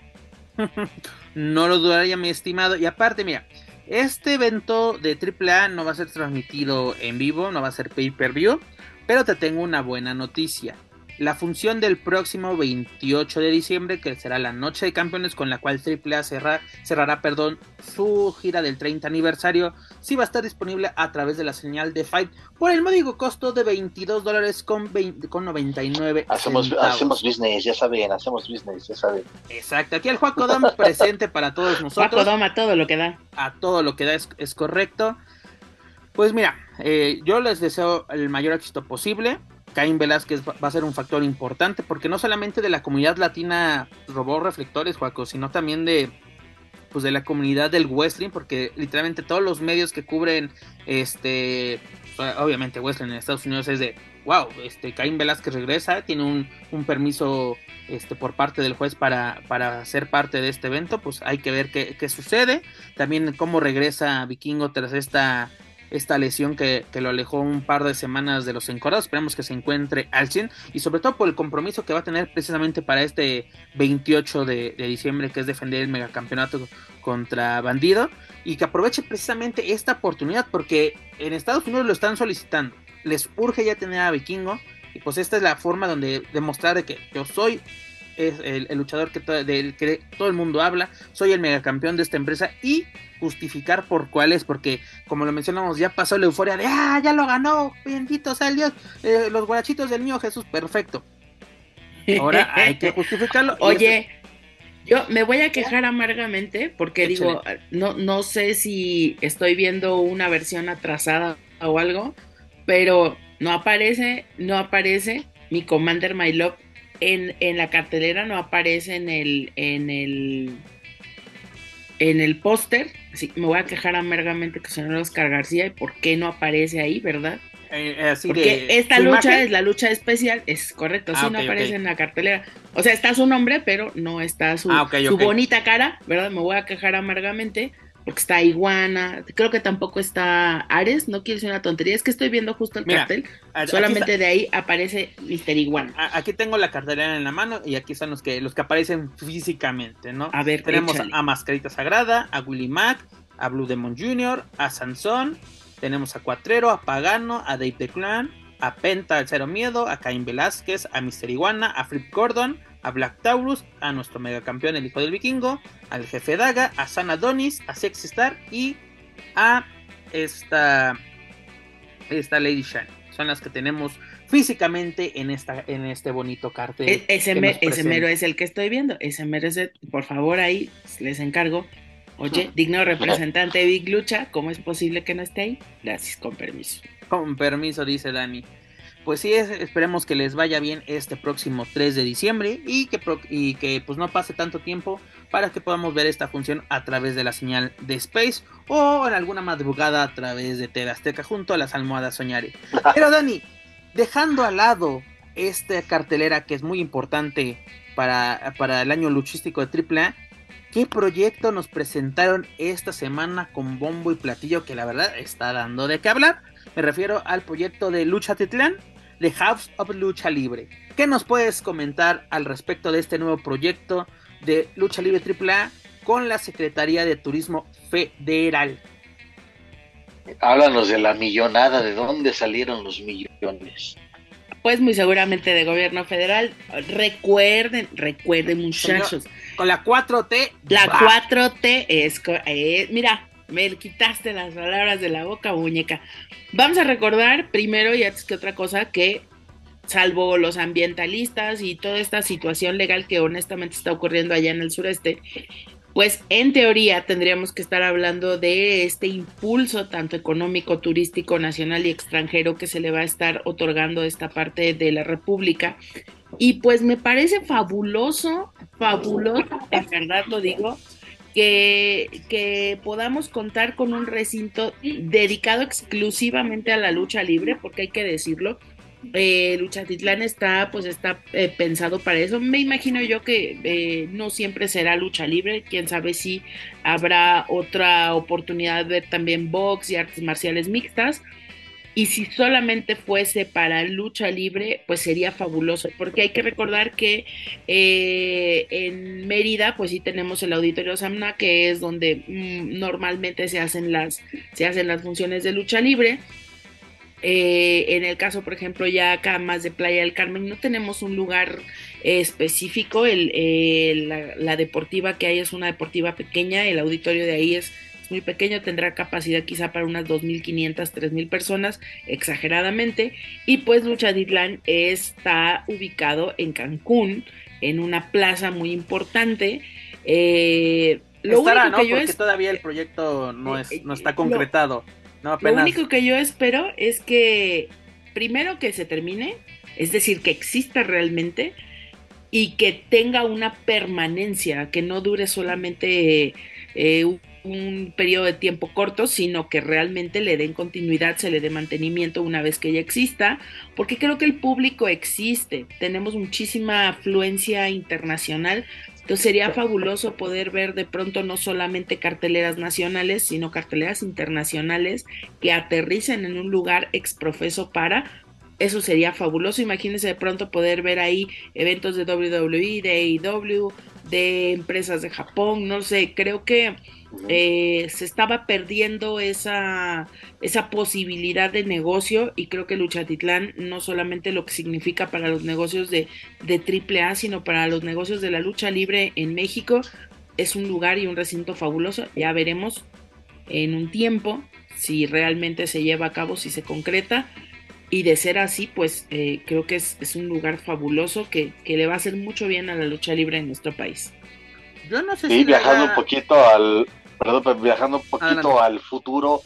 No lo dudaría, mi estimado. Y aparte, mira, este evento de triple A no va a ser transmitido en vivo, no va a ser pay-per-view, pero te tengo una buena noticia. La función del próximo veintiocho de diciembre, que será la Noche de Campeones, con la cual triple A cerrar, cerrará perdón, su gira del treinta aniversario, sí va a estar disponible a través de la señal de Fight por el módico costo de veintidós dólares con, con noventa y nueve hacemos, centavos. Hacemos business, ya saben, hacemos business, ya saben. Exacto, aquí el Juaco Dom presente para todos nosotros. Juaco Dom a todo lo que da. A todo lo que da es, es correcto. Pues mira, eh, yo les deseo el mayor éxito posible. Caín Velázquez va a ser un factor importante, porque no solamente de la comunidad latina robó reflectores, Juaco, sino también de, pues de la comunidad del wrestling, porque literalmente todos los medios que cubren, este, obviamente wrestling en Estados Unidos es de, wow, este, Caín Velázquez regresa, tiene un, un permiso este, por parte del juez para, para ser parte de este evento, pues hay que ver qué, qué sucede, también cómo regresa Vikingo tras esta... esta lesión que, que lo alejó un par de semanas de los encordados. Esperemos que se encuentre al cien, y sobre todo por el compromiso que va a tener precisamente para este veintiocho de, de diciembre, que es defender el megacampeonato contra Bandido, y que aproveche precisamente esta oportunidad, porque en Estados Unidos lo están solicitando, les urge ya tener a Vikingo, y pues esta es la forma donde demostrar de que yo soy es el, el luchador que, to, del que todo el mundo habla, soy el megacampeón de esta empresa, y justificar por cuál es, porque como lo mencionamos, ya pasó la euforia de ah, ya lo ganó, bendito sea el Dios, eh, los guarachitos del niño Jesús, perfecto. Ahora hay que justificarlo. Oye, yo me voy a quejar amargamente porque Échale. digo, no, no sé si estoy viendo una versión atrasada o algo, pero no aparece, no aparece mi Commander My Love en, en la cartelera, no aparece en el, en el, en el póster. Así me voy a quejar amargamente que señor Oscar García, y por qué no aparece ahí, ¿verdad? Eh, así Porque de, esta lucha imagen? Es la lucha especial, es correcto, ah, sí, okay, no aparece okay. en la cartelera. O sea, está su nombre, pero no está su, ah, okay, su okay. bonita cara, ¿verdad? Me voy a quejar amargamente, porque está Iguana, creo que tampoco está Ares, no quiero decir una tontería, es que estoy viendo justo el Mira, cartel, solamente de ahí aparece mister Iguana. Aquí tengo la cartelera en la mano, y aquí están los que, los que aparecen físicamente, ¿no? A ver, tenemos échale. a Mascarita Sagrada, a Willie Mack, a Blue Demon junior, a Sansón, tenemos a Cuatrero, a Pagano, a Dave the Clan, a Penta, el Cero Miedo, a Caín Velázquez, a mister Iguana, a Flip Gordon, a Black Taurus, a nuestro megacampeón, el hijo del vikingo, al jefe Daga, a San Adonis, a Sexy Star y a esta, esta Lady Shani. Son las que tenemos físicamente en esta en este bonito cartel. E- ese, me, ese mero es el que estoy viendo. Ese mero es el, por favor, ahí les encargo. Oye, digno representante de Big Lucha, ¿cómo es posible que no esté ahí? Gracias, con permiso. Con permiso, dice Dani. Pues sí, es, esperemos que les vaya bien este próximo tres de diciembre y que, y que pues no pase tanto tiempo para que podamos ver esta función a través de la señal de Space o en alguna madrugada a través de T V Azteca junto a las almohadas Soñare. Pero Dani, dejando al lado esta cartelera que es muy importante para, para el año luchístico de triple A, ¿qué proyecto nos presentaron esta semana con bombo y platillo que la verdad está dando de qué hablar? Me refiero al proyecto de Lucha Titlán, de House of Lucha Libre. ¿Qué nos puedes comentar al respecto de este nuevo proyecto de Lucha Libre triple A con la Secretaría de Turismo Federal? Háblanos de la millonada, ¿de dónde salieron los millones? Pues muy seguramente de gobierno federal. Recuerden, recuerden muchachos. Señor, con la cuatro T. La va. cuatro T es, eh, mira, me quitaste las palabras de la boca, muñeca. Vamos a recordar primero y antes que otra cosa que salvo los ambientalistas y toda esta situación legal que honestamente está ocurriendo allá en el sureste, pues en teoría tendríamos que estar hablando de este impulso tanto económico, turístico, nacional y extranjero que se le va a estar otorgando a esta parte de la República. Y pues me parece fabuloso, fabuloso, en verdad lo digo, que, que podamos contar con un recinto dedicado exclusivamente a la lucha libre, porque hay que decirlo. Eh, Luchatitlán está pues está eh, pensado para eso. Me imagino yo que eh, no siempre será lucha libre, quién sabe si habrá otra oportunidad de ver también box y artes marciales mixtas, y si solamente fuese para lucha libre pues sería fabuloso, porque hay que recordar que eh, en Mérida pues sí tenemos el Auditorio Samna, que es donde mm, normalmente se hacen las se hacen las funciones de lucha libre. Eh, en el caso, por ejemplo, ya acá más de Playa del Carmen, no tenemos un lugar eh, específico. El, eh, la, la deportiva que hay es una deportiva pequeña, el auditorio de ahí es, es muy pequeño, tendrá capacidad quizá para unas dos mil quinientas, tres mil personas, exageradamente. Y pues Luchatitlán está ubicado en Cancún, en una plaza muy importante. Eh, lo Estará, único ¿no? que yo Porque es, todavía el proyecto no, es, no está lo, concretado. No, apenas... Lo único que yo espero es que primero que se termine, es decir, que exista realmente y que tenga una permanencia, que no dure solamente eh, un, un periodo de tiempo corto, sino que realmente le den continuidad, se le dé mantenimiento una vez que ya exista, porque creo que el público existe, tenemos muchísima afluencia internacional. Entonces sería fabuloso poder ver de pronto no solamente carteleras nacionales, sino carteleras internacionales que aterricen en un lugar exprofeso para, eso sería fabuloso. Imagínense de pronto poder ver ahí eventos de doble u doble u E, de A E W, de empresas de Japón, no sé, creo que eh, se estaba perdiendo esa, esa posibilidad de negocio, y creo que Luchatitlán no solamente lo que significa para los negocios de, de triple A, sino para los negocios de la lucha libre en México, es un lugar y un recinto fabuloso. Ya veremos en un tiempo si realmente se lleva a cabo, si se concreta, y de ser así, pues eh, creo que es, es un lugar fabuloso que, que le va a hacer mucho bien a la lucha libre en nuestro país. Yo no sé sí, si viajando haga... un poquito al perdón, viajando un poquito Adelante. al futuro,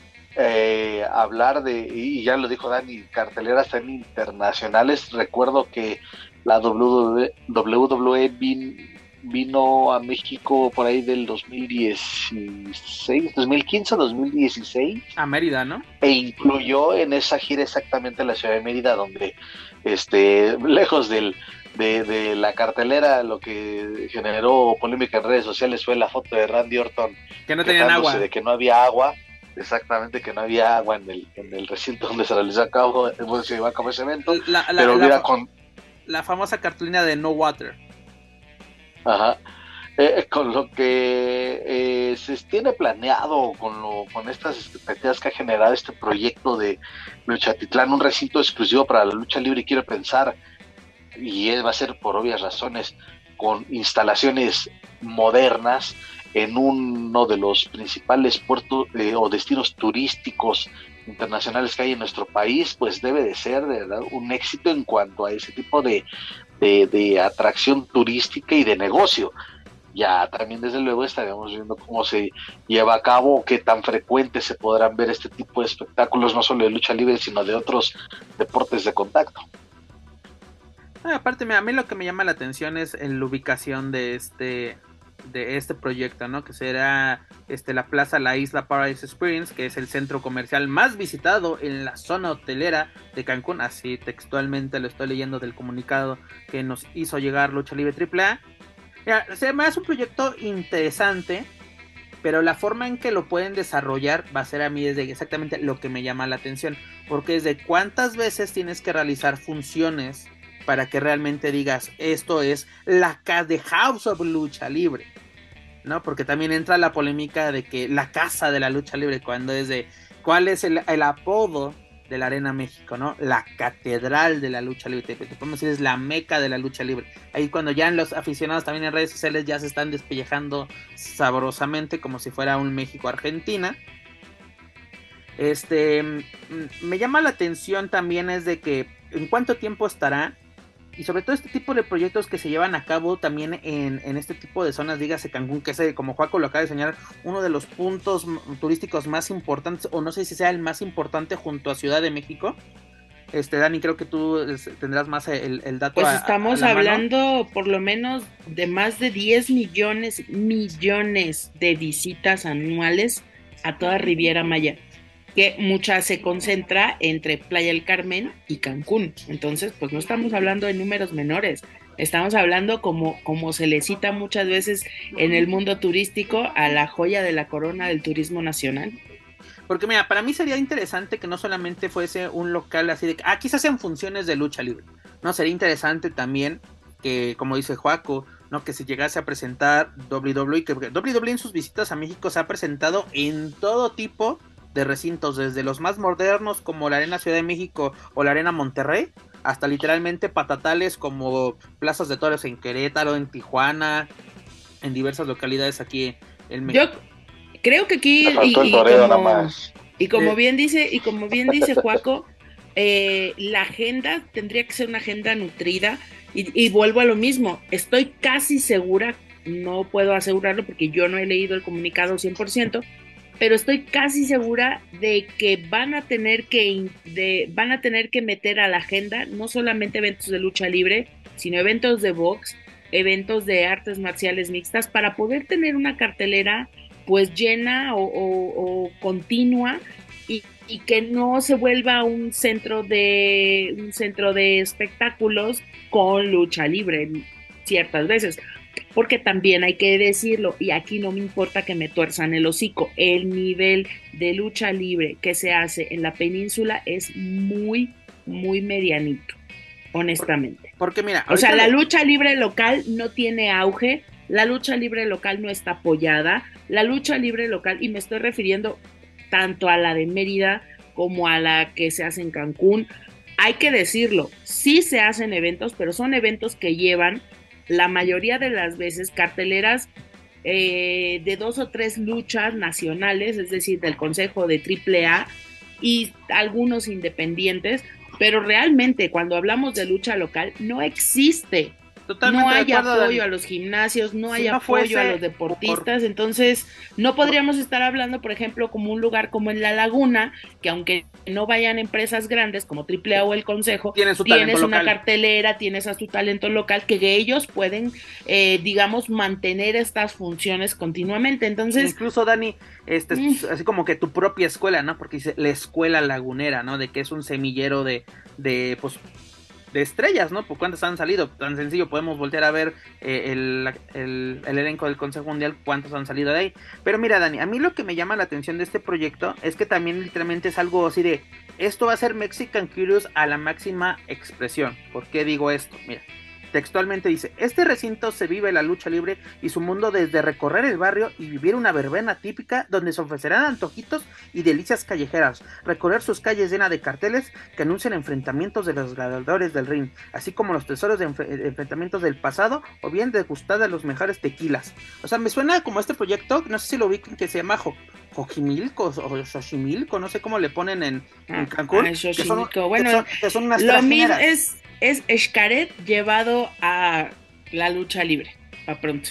eh, hablar de, y ya lo dijo Dani, carteleras tan internacionales. Recuerdo que la W W E vin, vino a México por ahí del dos mil dieciséis, dos mil quince, dos mil dieciséis. A Mérida, ¿no? E incluyó en esa gira exactamente la ciudad de Mérida, donde este, lejos del De, de la cartelera, lo que generó polémica en redes sociales fue la foto de Randy Orton que no tenían agua, de que no había agua, exactamente, que no había agua en el, en el recinto donde se realizó a cabo, donde se llevó a cabo ese evento, la, la, pero la, mira fa- con la famosa cartulina de No Water. ajá, eh, con lo que eh, se tiene planeado, con lo, con estas expectativas que ha generado este proyecto de Luchatitlán, un recinto exclusivo para la lucha libre, y quiero pensar, y va a ser por obvias razones, con instalaciones modernas en uno de los principales puertos eh, o destinos turísticos internacionales que hay en nuestro país, pues debe de ser de verdad un éxito en cuanto a ese tipo de, de, de atracción turística y de negocio. ya también desde luego estaremos viendo cómo se lleva a cabo, qué tan frecuentes se podrán ver este tipo de espectáculos, no solo de lucha libre, sino de otros deportes de contacto. Ah, aparte, a mí lo que me llama la atención es en la ubicación de este de este proyecto, ¿no? Que será este la Plaza La Isla Paradise Experience, que es el centro comercial más visitado en la zona hotelera de Cancún, así textualmente lo estoy leyendo del comunicado que nos hizo llegar Lucha Libre Triple A. Mira, se me hace un proyecto interesante, pero la forma en que lo pueden desarrollar va a ser a mí desde exactamente lo que me llama la atención, porque es de cuántas veces tienes que realizar funciones para que realmente digas, esto es la casa de House of Lucha Libre, ¿no? Porque también entra la polémica de que la casa de la lucha libre, cuando es de, ¿cuál es el, el apodo de la Arena México, ¿no? La catedral de la lucha libre, te, te podemos decir es la meca de la lucha libre. Ahí cuando ya los aficionados también en redes sociales ya se están despellejando sabrosamente como si fuera un México-Argentina. Este, me llama la atención también es de que en cuánto tiempo estará, y sobre todo este tipo de proyectos que se llevan a cabo también en, en este tipo de zonas, dígase Cancún, que es, como Joaco lo acaba de señalar, uno de los puntos turísticos más importantes, o no sé si sea el más importante junto a Ciudad de México. Este, Dani, creo que tú tendrás más el, el dato. Pues a, estamos a hablando mano. Por lo menos de más de diez millones, millones de visitas anuales a toda Riviera Maya, que mucha se concentra entre Playa del Carmen y Cancún. Entonces, pues no estamos hablando de números menores, estamos hablando como, como se le cita muchas veces en el mundo turístico a la joya de la corona del turismo nacional. Porque mira, para mí sería interesante que no solamente fuese un local así de, ah, quizás sean funciones de lucha libre, no, sería interesante también que, como dice Joaco, no, que se llegase a presentar doble u doble u E, que doble u doble u E en sus visitas a México se ha presentado en todo tipo de recintos, desde los más modernos como la Arena Ciudad de México o la Arena Monterrey, hasta literalmente patatales como plazas de toros en Querétaro, en Tijuana, en diversas localidades aquí en México. Yo creo que aquí y, y, como, y como eh. bien dice y como bien dice Joaco, eh, la agenda tendría que ser una agenda nutrida y, y vuelvo a lo mismo, estoy casi segura, no puedo asegurarlo porque yo no he leído el comunicado cien por ciento, pero estoy casi segura de que van a tener que de, van a tener que meter a la agenda no solamente eventos de lucha libre, sino eventos de box, eventos de artes marciales mixtas, para poder tener una cartelera pues llena o, o, o continua y, y que no se vuelva un centro de un centro de espectáculos con lucha libre ciertas veces. Porque también hay que decirlo, y aquí no me importa que me tuerzan el hocico, el nivel de lucha libre que se hace en la península es muy, muy medianito, honestamente. Porque mira, o sea, la lucha libre local no tiene auge, la lucha libre local no está apoyada, la lucha libre local, y me estoy refiriendo tanto a la de Mérida como a la que se hace en Cancún, hay que decirlo, sí se hacen eventos, pero son eventos que llevan la mayoría de las veces carteleras eh, de dos o tres luchas nacionales, es decir, del Consejo de Triple A y algunos independientes, pero realmente cuando hablamos de lucha local no existe. Totalmente no hay acuerdo, apoyo Dani. A los gimnasios, no si hay no apoyo a los deportistas, por... entonces no podríamos estar hablando, por ejemplo, como un lugar como en La Laguna, que aunque no vayan empresas grandes como Triple A o el Consejo, tienes, tienes una local. Cartelera, tienes a tu talento local, que ellos pueden, eh, digamos, mantener estas funciones continuamente, entonces... Incluso, Dani, este, mm. así como que tu propia escuela, ¿no? Porque dice la escuela lagunera, ¿no? De que es un semillero de, de pues... de estrellas, ¿no? ¿Por cuántas han salido? Tan sencillo, podemos voltear a ver eh, el, el, el elenco del Consejo Mundial, cuántos han salido de ahí. Pero mira, Dani, a mí lo que me llama la atención de este proyecto es que también literalmente es algo así de, esto va a ser Mexican Curious a la máxima expresión. ¿Por qué digo esto? Mira, textualmente dice, este recinto se vive la lucha libre y su mundo desde recorrer el barrio y vivir una verbena típica donde se ofrecerán antojitos y delicias callejeras, recorrer sus calles llenas de carteles que anuncian enfrentamientos de los gladiadores del ring, así como los tesoros de enf- enfrentamientos del pasado o bien degustar de los mejores tequilas. O sea, me suena como este proyecto, no sé si lo ubican, que se llama Jo- Jojimilco o Xochimilco, no sé cómo le ponen en, en Cancún, ah, que son, bueno, que son, que son unas lo mismo es es Xcaret llevado a la lucha libre, a pronto.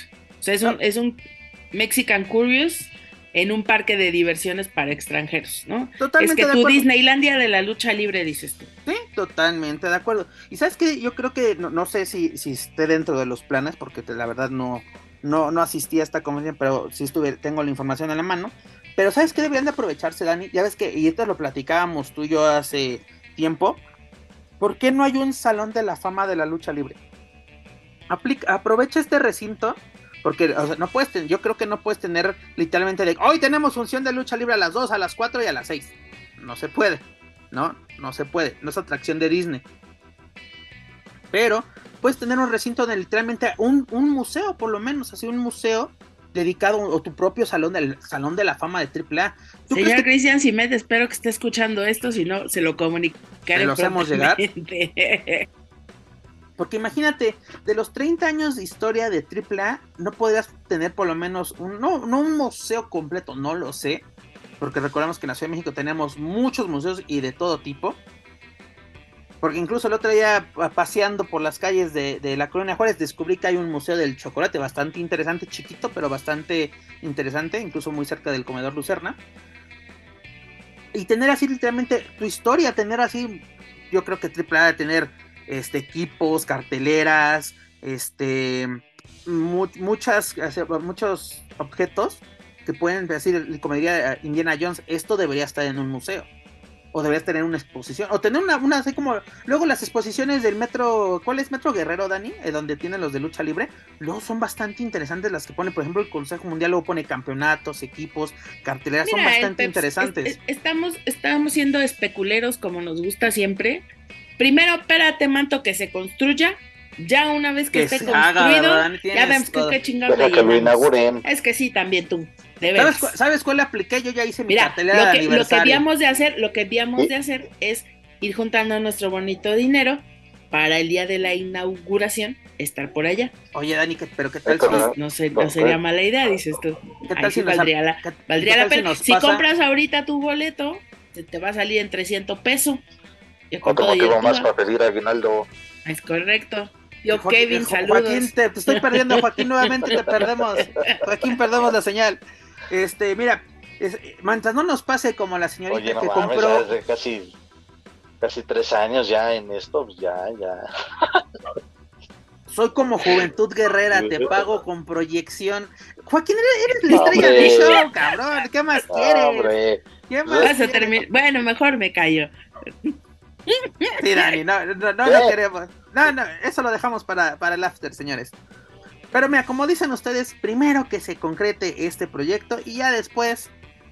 O sea, es un, es un Mexican Curious en un parque de diversiones para extranjeros, ¿no? Totalmente es que de tu acuerdo. Disneylandia de la lucha libre, dices tú. Sí, totalmente de acuerdo. Y sabes que yo creo que, no, no sé si, si esté dentro de los planes, porque te, la verdad no, no, no asistí a esta convención, pero sí estuve, tengo la información en la mano. Pero ¿sabes qué deberían de aprovecharse, Dani? Ya ves que, y esto lo platicábamos tú y yo hace tiempo, ¿por qué no hay un salón de la fama de la lucha libre? Aplica, aprovecha este recinto, porque o sea, no puedes ten, yo creo que no puedes tener literalmente de, hoy tenemos función de lucha libre a las dos, a las cuatro y a las seis. No se puede, ¿no? No se puede, no es atracción de Disney. Pero puedes tener un recinto de literalmente un, un museo, por lo menos, así un museo dedicado, o tu propio salón del salón de la fama de triple A. Señor que... Cristian Simet, espero que esté escuchando esto, si no, se lo comunicaré. Se lo hacemos llegar. Porque imagínate, de los treinta años de historia de triple A, no podrías tener por lo menos un, no, no un museo completo, no lo sé, porque recordamos que en la Ciudad de México tenemos muchos museos y de todo tipo. Porque incluso el otro día, paseando por las calles de, de la Colonia Juárez, descubrí que hay un museo del chocolate bastante interesante, chiquito, pero bastante interesante, incluso muy cerca del comedor Lucerna. Y tener así literalmente tu historia, tener así, yo creo que triple A de tener este, equipos, carteleras, este, mu muchas, muchos objetos que pueden decir, como diría Indiana Jones, esto debería estar en un museo. O deberías tener una exposición, o tener una, una así como, luego las exposiciones del Metro, ¿cuál es Metro Guerrero, Dani? Eh, donde tienen los de lucha libre, luego son bastante interesantes las que pone, por ejemplo, el Consejo Mundial, luego pone campeonatos, equipos, carteleras, Mira, son bastante interesantes. Es, es, estamos, estamos siendo especuleros como nos gusta siempre. Primero, espérate, manto, que se construya. Ya una vez que, que esté construido, haga, ya vemos que qué chingados le que lo inauguren. Es que sí, también tú. ¿Sabes, cu ¿Sabes cuál le apliqué? Yo ya hice mi Mira, cartelera lo que, de aniversario. Lo que habíamos de hacer, lo que habíamos ¿Sí? de hacer es ir juntando nuestro bonito dinero para el día de la inauguración estar por allá. Oye, Dani, ¿pero qué tal si no, no, ser, no sería mala idea, dices tú? ¿Qué tal si sí valdría la, ¿qué, valdría ¿qué la pena? Si, si compras ahorita tu boleto, te, te va a salir en trescientos pesos. O como que más para pedir aguinaldo. Es correcto. Yo, Joaquín, Kevin, saludos. Joaquín, te, te estoy perdiendo, Joaquín, nuevamente te perdemos. Joaquín, perdemos la señal. Este, mira, es, mientras no nos pase como la señorita Oye, no que mames, compró... Desde casi, casi tres años ya en esto, pues ya, ya... Soy como Juventud Guerrera, te pago con proyección. Joaquín, eres, eres la estrella del show, cabrón, ¿qué más quieres? Hombre. ¿Qué más quieres? Bueno, mejor me callo. Sí, Dani, no, no, no, no queremos. No, no, eso lo dejamos para, para el after, señores. Pero mira, como dicen ustedes, primero que se concrete este proyecto y ya después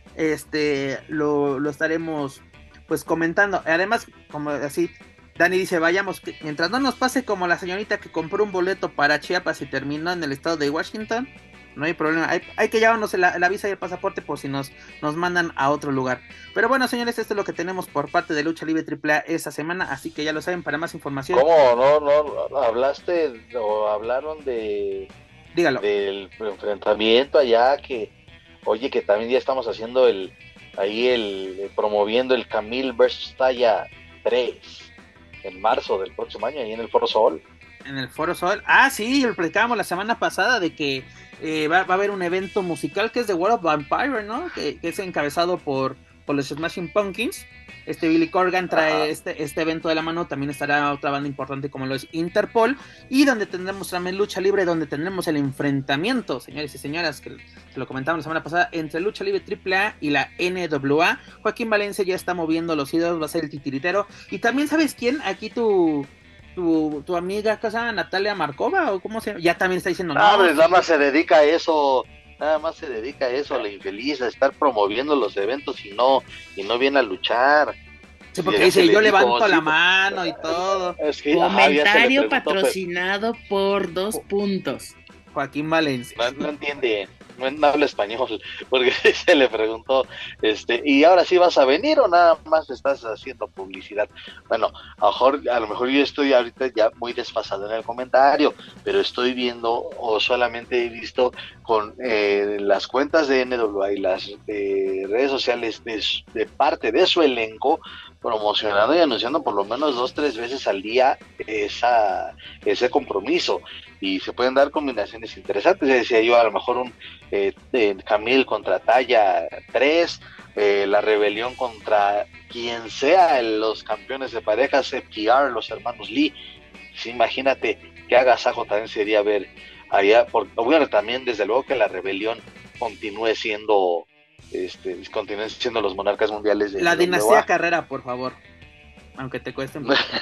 este lo, lo estaremos pues comentando. Además, como así, Dani dice, vayamos, que mientras no nos pase como la señorita que compró un boleto para Chiapas y terminó en el estado de Washington, no hay problema, hay, hay que llevarnos la, la visa y el pasaporte por si nos, nos mandan a otro lugar. Pero bueno, señores, esto es lo que tenemos por parte de Lucha Libre triple A esta semana, así que ya lo saben. Para más información, ¿cómo? No, no, no hablaste o hablaron de Dígalo. del enfrentamiento allá, que oye, que también ya estamos haciendo el ahí el, el promoviendo el Camil versus Talla tres en marzo del próximo año, ahí en el Foro Sol. En el Foro Sol, ah sí, lo platicábamos la semana pasada de que eh, va, va a haber un evento musical que es The World of Vampire, ¿no? Que, que es encabezado por, por los Smashing Pumpkins. Este Billy Corgan trae este, este evento de la mano. También estará otra banda importante como lo es Interpol, y donde tendremos también lucha libre, donde tendremos el enfrentamiento, señores y señoras, que, que lo comentamos la semana pasada, entre Lucha Libre triple A y la N W A. Joaquín Valencia ya está moviendo los hilos, va a ser el titiritero. Y también, ¿sabes quién? Aquí tu... Tu, tu amiga, ¿qué se llama? Natalia Markova, o cómo se llama, ya también está diciendo no, no pues nada más se dedica a eso, nada más se dedica a eso, a la infeliz, a estar promoviendo los eventos y no, y no viene a luchar. Sí, porque dice, yo levanto la mano y todo. Es que, comentario ajá, patrocinado pero... por dos puntos. Joaquín Valencia. No, no entiende, no, no habla español, porque se le preguntó, este, ¿y ahora sí vas a venir o nada más estás haciendo publicidad? Bueno, a lo mejor, a lo mejor yo estoy ahorita ya muy desfasado en el comentario, pero estoy viendo, o solamente he visto con eh, las cuentas de N W A y las eh, redes sociales de, de parte de su elenco, promocionando y anunciando por lo menos dos, tres veces al día esa, ese compromiso. y se pueden dar combinaciones interesantes. Ya decía yo, a lo mejor un eh, eh, Camille contra Taya tres, eh, la rebelión contra quien sea los campeones de parejas, F T R, los hermanos Lee. Sí, imagínate qué agasajo también sería ver allá, porque bueno, también desde luego que la rebelión continúe siendo este continúen siendo los monarcas mundiales de la N W A. dinastía Carrera, por favor, aunque te cueste un poco.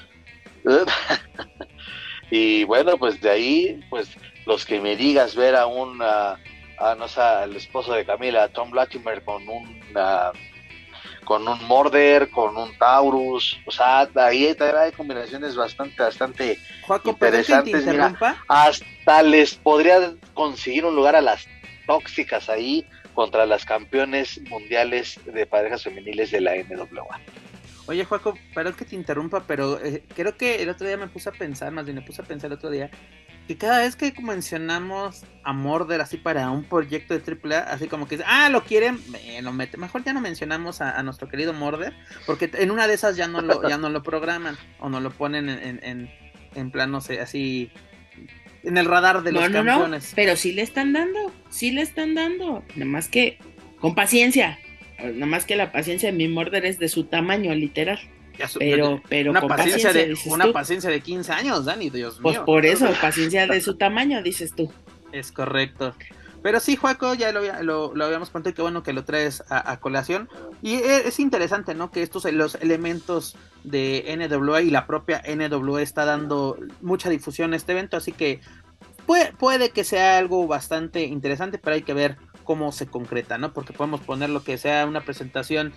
Y bueno, pues de ahí, pues los que me digas ver a un a, a, no sé, al esposo de Camila, a Tom Latimer, con un uh, con un Mordor, con un Taurus, o sea, ahí hay combinaciones bastante, bastante Joaco, interesantes. Mira, hasta les podría conseguir un lugar a las tóxicas ahí contra las campeones mundiales de parejas femeniles de la N W A. Oye, Joaco, perdón que te interrumpa, pero eh, creo que el otro día me puse a pensar, más bien me puse a pensar el otro día, que cada vez que mencionamos a Mordor así para un proyecto de triple A, así como que, ah, lo quieren, eh, lo mete. Mejor ya no mencionamos a, a nuestro querido Mordor, porque en una de esas ya no lo, ya no lo programan, o no lo ponen en, en, en, en plano así, en el radar de los no, no, campeones. No, pero sí le están dando, sí le están dando, nada más que con paciencia. Nada más que la paciencia de mi Mordor es de su tamaño, literal. Su, pero, pero una con paciencia, paciencia de una tú. paciencia de quince años, Dani, Dios mío. Pues por eso, paciencia de su tamaño, dices tú. Es correcto. Pero sí, Joaco, ya lo, lo, lo habíamos contado, y qué bueno que lo traes a, a colación. Y es, es interesante, ¿no? Que estos los elementos de N W A y la propia N W A está dando mucha difusión a este evento, así que puede, puede que sea algo bastante interesante, pero hay que ver cómo se concreta, ¿no? Porque podemos poner lo que sea una presentación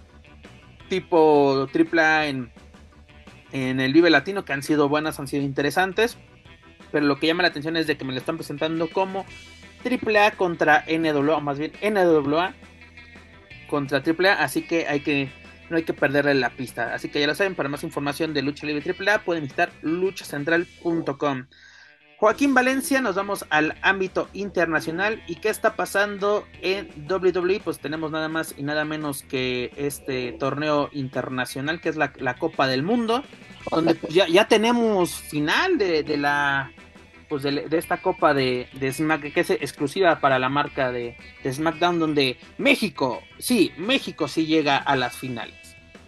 tipo triple A en, en el Vive Latino, que han sido buenas, han sido interesantes, pero lo que llama la atención es de que me lo están presentando como triple A contra N W A, o más bien N W A contra triple A, así que hay que no hay que perderle la pista. Así que ya lo saben, para más información de Lucha Libre triple A pueden visitar lucha central punto com. Joaquín Valencia, nos vamos al ámbito internacional. ¿Y qué está pasando en doble u doble u E? Pues tenemos nada más y nada menos que este torneo internacional, que es la, la Copa del Mundo, donde pues ya, ya tenemos final de, de la pues de, de esta Copa de, de SmackDown, que es exclusiva para la marca de, de SmackDown, donde México, sí, México sí llega a las finales.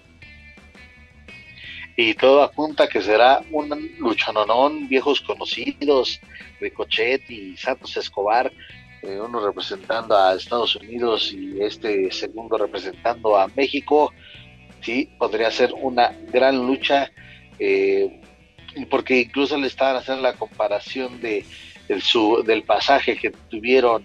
Y todo apunta que será un luchononón, viejos conocidos, Ricochet y Santos Escobar, eh, uno representando a Estados Unidos y este segundo representando a México. Sí, podría ser una gran lucha, eh, porque incluso le estaban haciendo la comparación de, del, su, del pasaje que tuvieron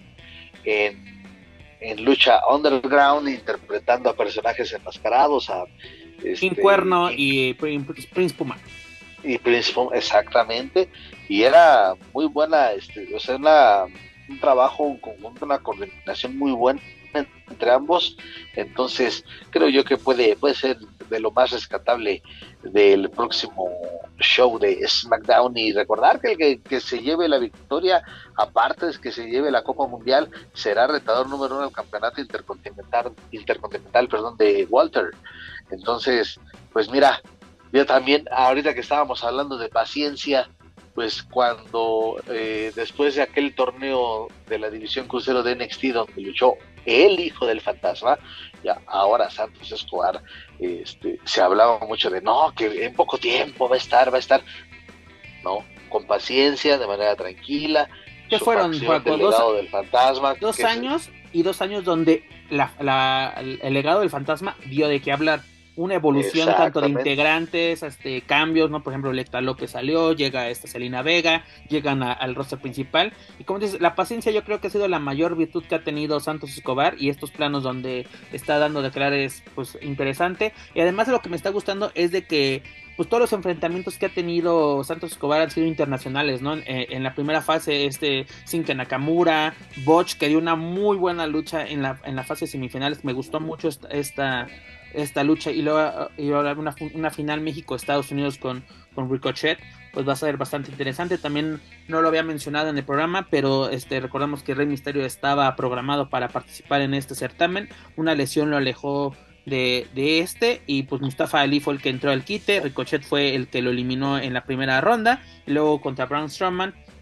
en, en lucha underground, interpretando a personajes enmascarados, a Este, King Cuerno y, y Prince Puma. Y Prince Puma, exactamente. Y era muy buena, este, o sea, una, un trabajo, un conjunto, una coordinación muy buena entre ambos. Entonces, creo yo que puede, puede ser de lo más rescatable del próximo show de SmackDown. Y recordar que el que, que se lleve la victoria, aparte de que se lleve la Copa Mundial, será retador número uno del campeonato intercontinental, intercontinental, perdón, de Walter. Entonces, pues mira, yo también, ahorita que estábamos hablando de paciencia, pues cuando eh, después de aquel torneo de la división crucero de N X T donde luchó el hijo del fantasma, ya ahora Santos Escobar, este, se hablaba mucho de no, que en poco tiempo va a estar, va a estar, no, con paciencia, de manera tranquila. ¿Qué fueron, Juaco? Del legado del fantasma. Dos años se... y dos años donde la, la, el legado del fantasma dio de qué hablar. Una evolución tanto de integrantes, este, cambios, ¿no? Por ejemplo, Lecta López salió, llega esta Selena Vega, llegan a, al roster principal. Y como dices, la paciencia yo creo que ha sido la mayor virtud que ha tenido Santos Escobar, y estos planos donde está dando de crear es pues interesante. Y además lo que me está gustando es de que pues todos los enfrentamientos que ha tenido Santos Escobar han sido internacionales, ¿no? En, en la primera fase, este Shinsuke Nakamura, Botch, que dio una muy buena lucha en la, en la fase semifinales. Me gustó mucho esta... esta esta lucha, y luego, y luego una, una final México-Estados Unidos con, con Ricochet, pues va a ser bastante interesante. También no lo había mencionado en el programa, pero este recordamos que Rey Mysterio estaba programado para participar en este certamen, una lesión lo alejó de, de este, y pues Mustafa Ali fue el que entró al quite, Ricochet fue el que lo eliminó en la primera ronda, y luego contra Braun Strowman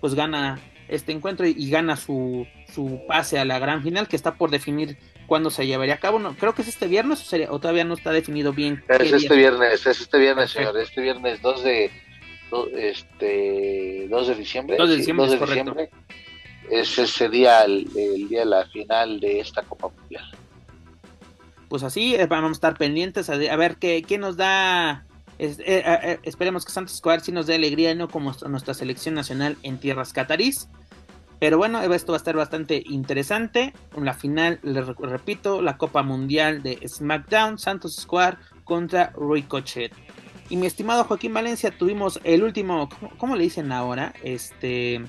pues gana este encuentro y, y gana su, su pase a la gran final, que está por definir cuándo se llevaría a cabo. No, creo que es este viernes o, sería, o todavía no está definido bien. Es este viernes, es este viernes, Perfecto. señor, este viernes dos de do, este dos de diciembre, dos de diciembre, sí, es dos de correcto. diciembre es ese día el, el día de la final de esta Copa Mundial. Pues así, eh, vamos a estar pendientes a, a ver qué, qué nos da. Es, eh, eh, esperemos que Santos Escobar sí nos dé alegría, no como nuestra selección nacional en tierras catarís. Pero bueno, esto va a estar bastante interesante. En la final, les repito, la Copa Mundial de SmackDown, Santos Escobar contra Ricochet. Y mi estimado Joaquín Valencia, tuvimos el último, ¿cómo, cómo le dicen ahora? Este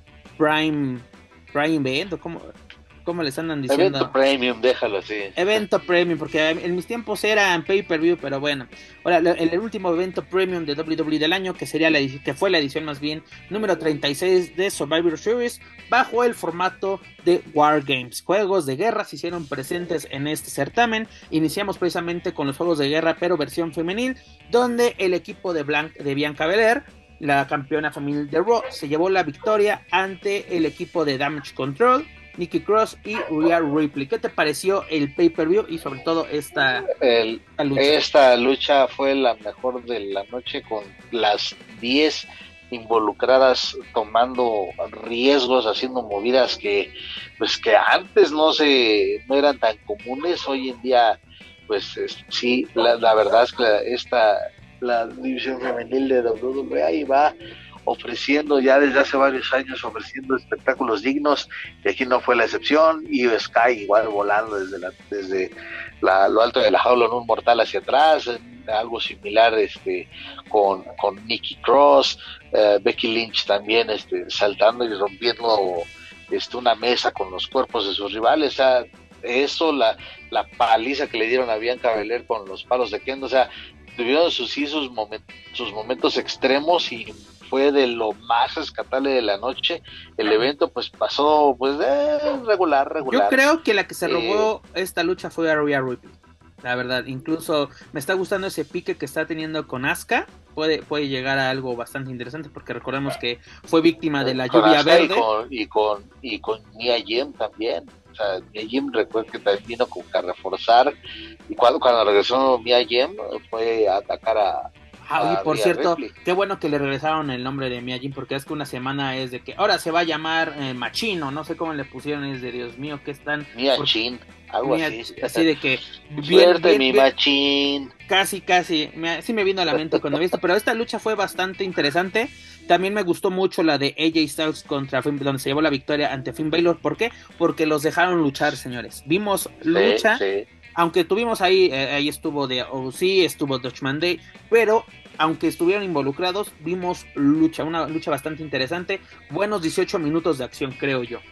Prime Prime Event, ¿cómo, cómo les andan diciendo? Evento Premium, déjalo así. Evento Premium, porque en mis tiempos eran pay-per-view, pero bueno. Ahora, el, el último evento Premium de doble u doble u E del año, que sería la que fue la edición más bien número treinta y seis de Survivor Series, bajo el formato de War Games. Juegos de guerra se hicieron presentes en este certamen. Iniciamos precisamente con los juegos de guerra, pero versión femenil, donde el equipo de, Blanc, de Bianca Belair, la campeona femenil de Raw, se llevó la victoria ante el equipo de Damage Control, Nikki Cross y Rhea Ripley. ¿Qué te pareció el pay-per-view y sobre todo esta, el, esta lucha? Esta lucha fue la mejor de la noche, con las diez involucradas tomando riesgos, haciendo movidas que pues que antes no se no eran tan comunes. Hoy en día pues es, sí, la, la verdad es que la, esta la división femenil de doble u doble u E ahí va ofreciendo ya desde hace varios años, ofreciendo espectáculos dignos, y aquí no fue la excepción. Y Sky igual volando desde la, desde la, lo alto de la jaula en un mortal hacia atrás, algo similar este con, con Nikki Cross, eh, Becky Lynch también este saltando y rompiendo este una mesa con los cuerpos de sus rivales. O sea, eso, la, la paliza que le dieron a Bianca Belair con los palos de Kendo, o sea, tuvieron sus, sí, sus, momentos, sus momentos extremos, y fue de lo más rescatable de la noche. El evento pues pasó pues de regular, regular. Yo creo que la que se robó eh, esta lucha fue a Rhea Ripley, la verdad. Incluso me está gustando ese pique que está teniendo con Asuka. Puede, puede llegar a algo bastante interesante, porque recordemos que fue víctima de la con lluvia Asuka verde. Y con, y con, y con Mia Yim también. O sea, Mia Yim, recuerdo que también vino como que a reforzar. Y cuando, cuando regresó Mia Yim, fue a atacar a... Ah, oye, por Rhea cierto, Ripley. Qué bueno que le regresaron el nombre de Mia Yim, porque es que una semana es de que ahora se va a llamar eh, Machino, no sé cómo le pusieron, es de Dios mío, que están... Mia por... Chin, algo Mia, así. Así de que... Bien, Suerte, bien, mi bien, Machín. Casi, casi, me, sí me vino a la mente cuando vi esto, pero esta lucha fue bastante interesante. También me gustó mucho la de A J Styles contra Finn, donde se llevó la victoria ante Finn Balor. ¿Por qué? Porque los dejaron luchar, señores. Vimos lucha, sí, sí. Aunque tuvimos ahí, eh, ahí estuvo de O C, estuvo Dutchman Day, pero aunque estuvieron involucrados, vimos lucha, una lucha bastante interesante. Buenos dieciocho minutos de acción, creo yo.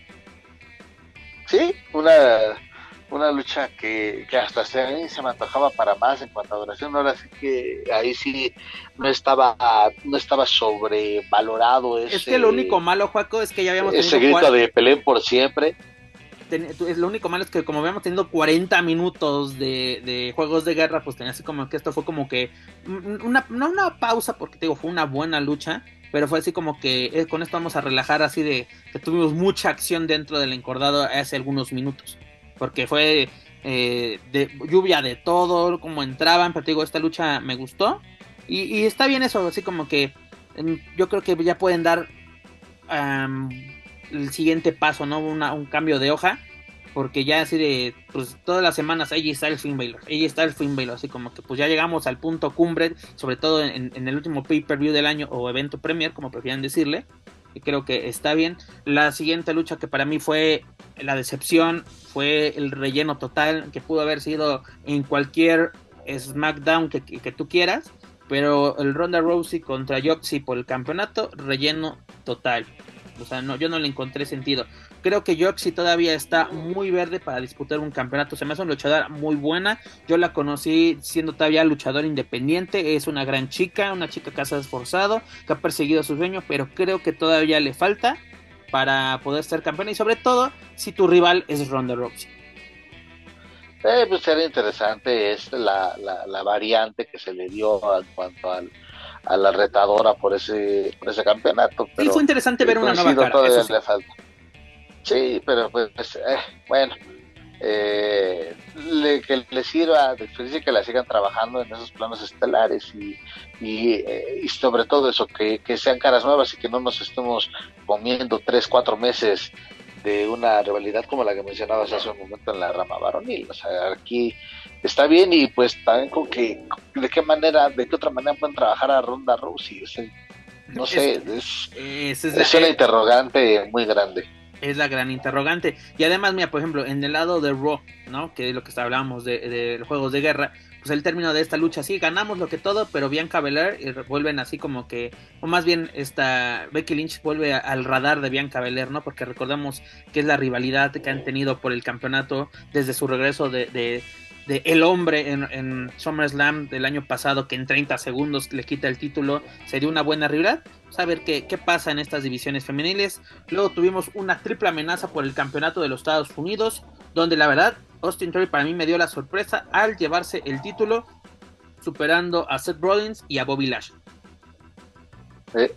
Sí, una, una lucha que, que hasta se, se me antojaba para más en cuanto a duración. Ahora sí que ahí sí no estaba no estaba sobrevalorado ese, es que lo único malo, Juaco, es que ya habíamos ese grito cual... de peleen por siempre. Lo único malo es que como habíamos tenido cuarenta minutos de, de juegos de guerra, pues tenía así como que esto fue como que una, no una pausa, porque te digo, fue una buena lucha, pero fue así como que eh, con esto vamos a relajar, así de que tuvimos mucha acción dentro del encordado hace algunos minutos, porque fue eh, de lluvia de todo, como entraban, pero te digo, esta lucha me gustó, y, y está bien eso, así como que eh, yo creo que ya pueden dar um, el siguiente paso, ¿no? Una, un cambio de hoja, porque ya así de, pues todas las semanas ahí está el Finn Balor, ahí está el Finn Balor, así como que pues ya llegamos al punto cumbre, sobre todo en, en el último pay-per-view del año o evento premier, como prefieran decirle, y creo que está bien. La siguiente lucha que para mí fue la decepción, fue el relleno total, que pudo haber sido en cualquier SmackDown que, que, que tú quieras, pero el Ronda Rousey contra Yoxi por el campeonato, relleno total. O sea, no, yo no le encontré sentido. Creo que Yoxi todavía está muy verde para disputar un campeonato. Se me hace una luchadora muy buena. Yo la conocí siendo todavía luchadora independiente. Es una gran chica, una chica que se ha esforzado, que ha perseguido su sueño, pero creo que todavía le falta para poder ser campeona. Y sobre todo, si tu rival es Ronda Rousey. Eh, pues era interesante es la, la, la variante que se le dio en cuanto al a la retadora por ese por ese campeonato. Pero sí, fue interesante ver una nueva cara. Todavía Eso sí. le falta. Sí, pero pues, eh, bueno, eh, le, que le sirva de experiencia, que la sigan trabajando en esos planos estelares y, y, eh, y sobre todo eso, que, que sean caras nuevas y que no nos estemos comiendo tres, cuatro meses de una rivalidad como la que mencionabas hace un momento en la rama varonil. O sea, aquí está bien, y pues también con que de qué manera, de qué otra manera pueden trabajar a Ronda Rousey. O sea, no sé, es, es, es, es una eh, interrogante muy grande. Es la gran interrogante. Y además, mira, por ejemplo, en el lado de Raw, ¿no? Que es lo que hablábamos de, de, de juegos de guerra, pues el término de esta lucha, sí, ganamos lo que todo, pero Bianca Belair, y vuelven así como que, o más bien esta Becky Lynch vuelve a, al radar de Bianca Belair, ¿no? Porque recordemos que es la rivalidad que han tenido por el campeonato desde su regreso de, de, de El Hombre en, en SummerSlam del año pasado, que en treinta segundos le quita el título. Sería una buena rivalidad. A ver qué, qué pasa en estas divisiones femeniles. Luego tuvimos una triple amenaza por el campeonato de los Estados Unidos, donde la verdad Austin Theory para mí me dio la sorpresa al llevarse el título, superando a Seth Rollins y a Bobby Lashley. Eh,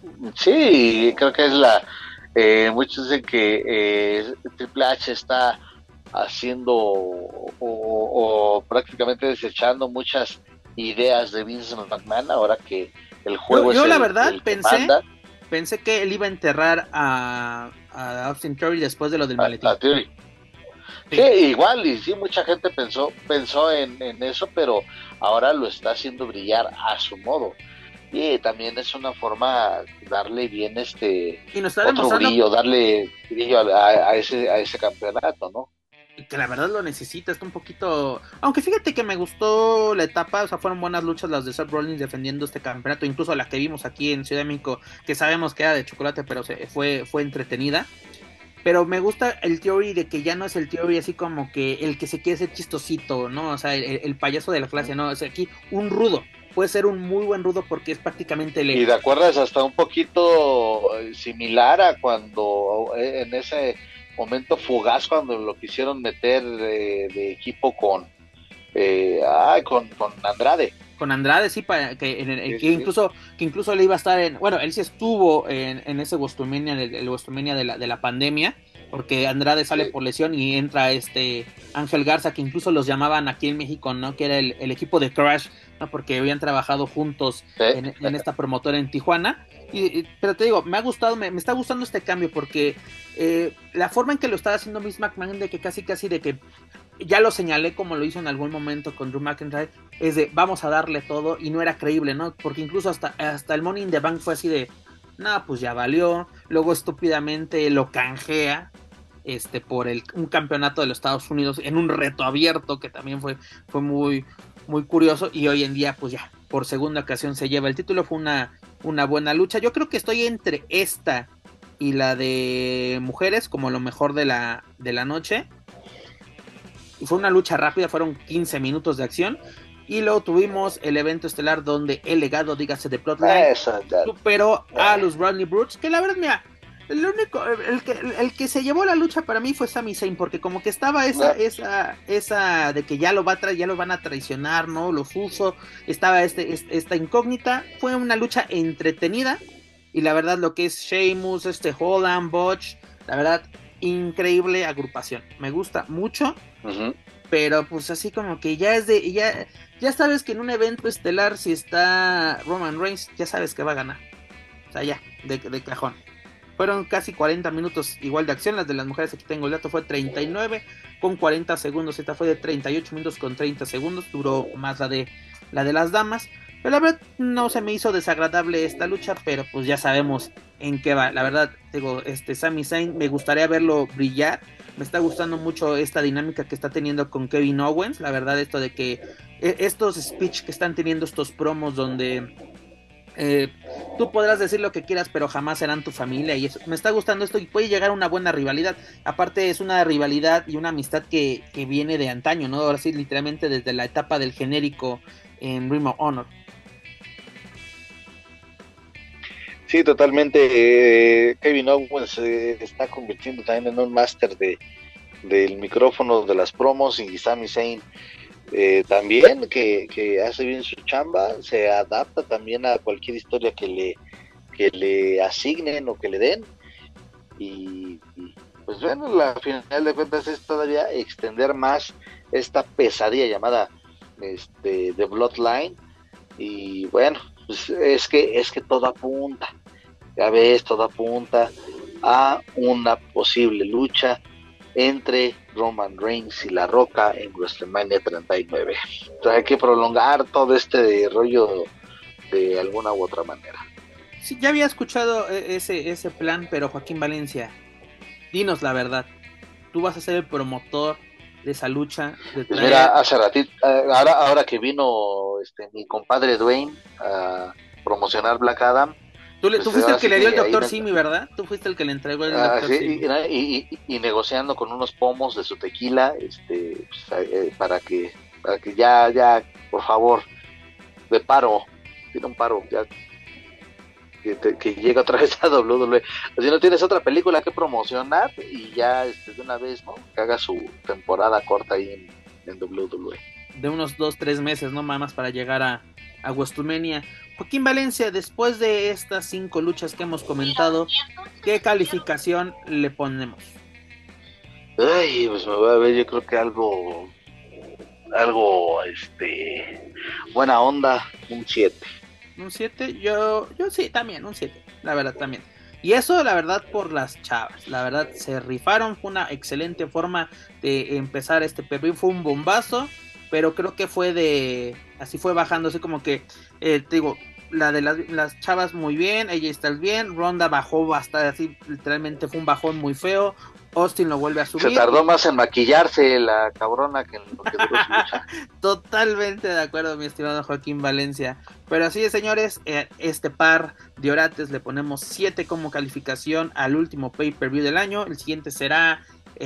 sí, creo que es la eh, muchos dicen que eh, Triple H está haciendo o, o, o prácticamente desechando muchas ideas de Vince McMahon ahora que el juego yo, yo es la el, verdad el que pensé manda. pensé que él iba a enterrar a, a Austin Theory después de lo del maletín. A, a Theory. Sí. sí, igual, y sí, mucha gente pensó pensó en, en eso, pero ahora lo está haciendo brillar a su modo. Y también es una forma de darle bien este y nos está otro demostrando... brillo, darle brillo a, a ese a ese campeonato, ¿no? Que la verdad lo necesita, está un poquito... Aunque fíjate que me gustó la etapa, o sea, fueron buenas luchas las de Seth Rollins defendiendo este campeonato, incluso la que vimos aquí en Ciudad de México, que sabemos que era de chocolate, pero se, fue, fue entretenida. Pero me gusta el Theory de que ya no es el Theory así como que el que se quiere ser chistosito, ¿no? O sea, el, el payaso de la clase, ¿no? O sea, aquí un rudo. Puede ser un muy buen rudo porque es prácticamente el... Y de acuerdo, es hasta un poquito similar a cuando en ese momento fugaz cuando lo quisieron meter de, de equipo con, eh, ay, con con Andrade. Con Andrade, sí, para que, en el, sí, que sí. incluso que incluso le iba a estar en... Bueno, él sí estuvo en, en ese WrestleMania, el, el WrestleMania de la, de la pandemia, porque Andrade sale sí. por lesión y entra este Ángel Garza, que incluso los llamaban aquí en México, ¿no? Que era el, el equipo de Crash, ¿no? Porque habían trabajado juntos sí. en, en esta promotora en Tijuana. Y, y, pero te digo, me ha gustado, me, me está gustando este cambio porque eh, la forma en que lo está haciendo Vince McMahon, de que casi casi de que ya lo señalé como lo hizo en algún momento con Drew McIntyre, es de vamos a darle todo, y no era creíble, ¿no? Porque incluso hasta, hasta el Money in the Bank fue así de no, pues ya valió. Luego estúpidamente lo canjea este por el un campeonato de los Estados Unidos en un reto abierto, que también fue, fue muy, muy curioso, y hoy en día pues ya por segunda ocasión se lleva el título. Fue una, una buena lucha. Yo creo que estoy entre esta y la de mujeres como lo mejor de la, de la noche. Y fue una lucha rápida, fueron quince minutos de acción. Y luego tuvimos el evento estelar donde el legado, dígase de Bloodline, superó a los Bradley Brutes, que la verdad, mira, el único, el que, el que se llevó la lucha para mí fue Sami Zayn, porque como que estaba esa, esa, esa de que ya lo va a tra- ya lo van a traicionar, ¿no? Los usos, estaba este, este, esta incógnita. Fue una lucha entretenida, y la verdad lo que es Sheamus, este Holland, Botch, la verdad, increíble agrupación, me gusta mucho. Uh-huh. Pero pues así como que ya es de, ya, ya sabes que en un evento estelar, si está Roman Reigns, ya sabes que va a ganar. O sea, ya, de, de cajón. Fueron casi cuarenta minutos igual de acción. Las de las mujeres, aquí tengo el dato, fue treinta y nueve con cuarenta segundos. Esta fue de treinta y ocho minutos con treinta segundos. Duró más la de, la de las damas. Pero la verdad no se me hizo desagradable esta lucha, pero pues ya sabemos en qué va. La verdad, digo, este Sami Zayn, me gustaría verlo brillar. Me está gustando mucho esta dinámica que está teniendo con Kevin Owens. La verdad, esto de que estos speech que están teniendo, estos promos donde eh, tú podrás decir lo que quieras, pero jamás serán tu familia, y eso, me está gustando esto, y puede llegar a una buena rivalidad. Aparte es una rivalidad y una amistad que, que viene de antaño, ¿no? Ahora sí, literalmente desde la etapa del genérico en Ring of Honor. Sí, totalmente. eh, Kevin Owens se eh, está convirtiendo también en un máster de del micrófono, de las promos, y Sami Zayn eh, también, que, que hace bien su chamba, se adapta también a cualquier historia que le, que le asignen o que le den, y, y pues bueno, la final de cuentas es todavía extender más esta pesadilla llamada este The Bloodline, y bueno, pues es que es que todo apunta, ya ves, todo apunta a una posible lucha entre Roman Reigns y La Roca en WrestleMania treinta y nueve. Entonces hay que prolongar todo este rollo de alguna u otra manera. Sí, ya había escuchado ese, ese plan, pero Joaquín Valencia, dinos la verdad, tú vas a ser el promotor de esa lucha. De traer... Pues mira, hace ratito, ahora, ahora que vino este mi compadre Dwayne a promocionar Black Adam. Tú, le, pues tú fuiste el que, que le dio el doctor me... Simi, ¿verdad? Tú fuiste el que le entregó el ah, doctor sí, Simi. Y, y, y, y negociando con unos pomos de su tequila, este, pues, eh, para que, para que ya, ya, por favor, de paro, tiene un paro, ya, que, te, que llegue otra vez a doble u doble u E. Si no tienes otra película que promocionar, y ya este, de una vez, ¿no? Que haga su temporada corta ahí en, en doble u doble u E. De unos dos, tres meses, ¿no? Más para llegar a, a WrestleMania. Joaquín Valencia, después de estas cinco luchas que hemos comentado, ¿qué calificación le ponemos? Ay, pues me voy a ver, yo creo que algo, algo, este, buena onda, un siete. ¿Un siete? Yo, yo sí, también, un siete, la verdad, también. Y eso, la verdad, por las chavas. La verdad, se rifaron, fue una excelente forma de empezar este pay-per-view, fue un bombazo. Pero creo que fue de... Así fue bajando, así como que... Eh, te digo, la de las, las chavas muy bien, ella está bien, Ronda bajó bastante, así literalmente fue un bajón muy feo. Austin lo vuelve a subir. Se tardó más en maquillarse la cabrona que en lo que duró su lucha. Totalmente de acuerdo, mi estimado Joaquín Valencia. Pero así es, señores, eh, este par de orates le ponemos siete como calificación al último pay-per-view del año. El siguiente será...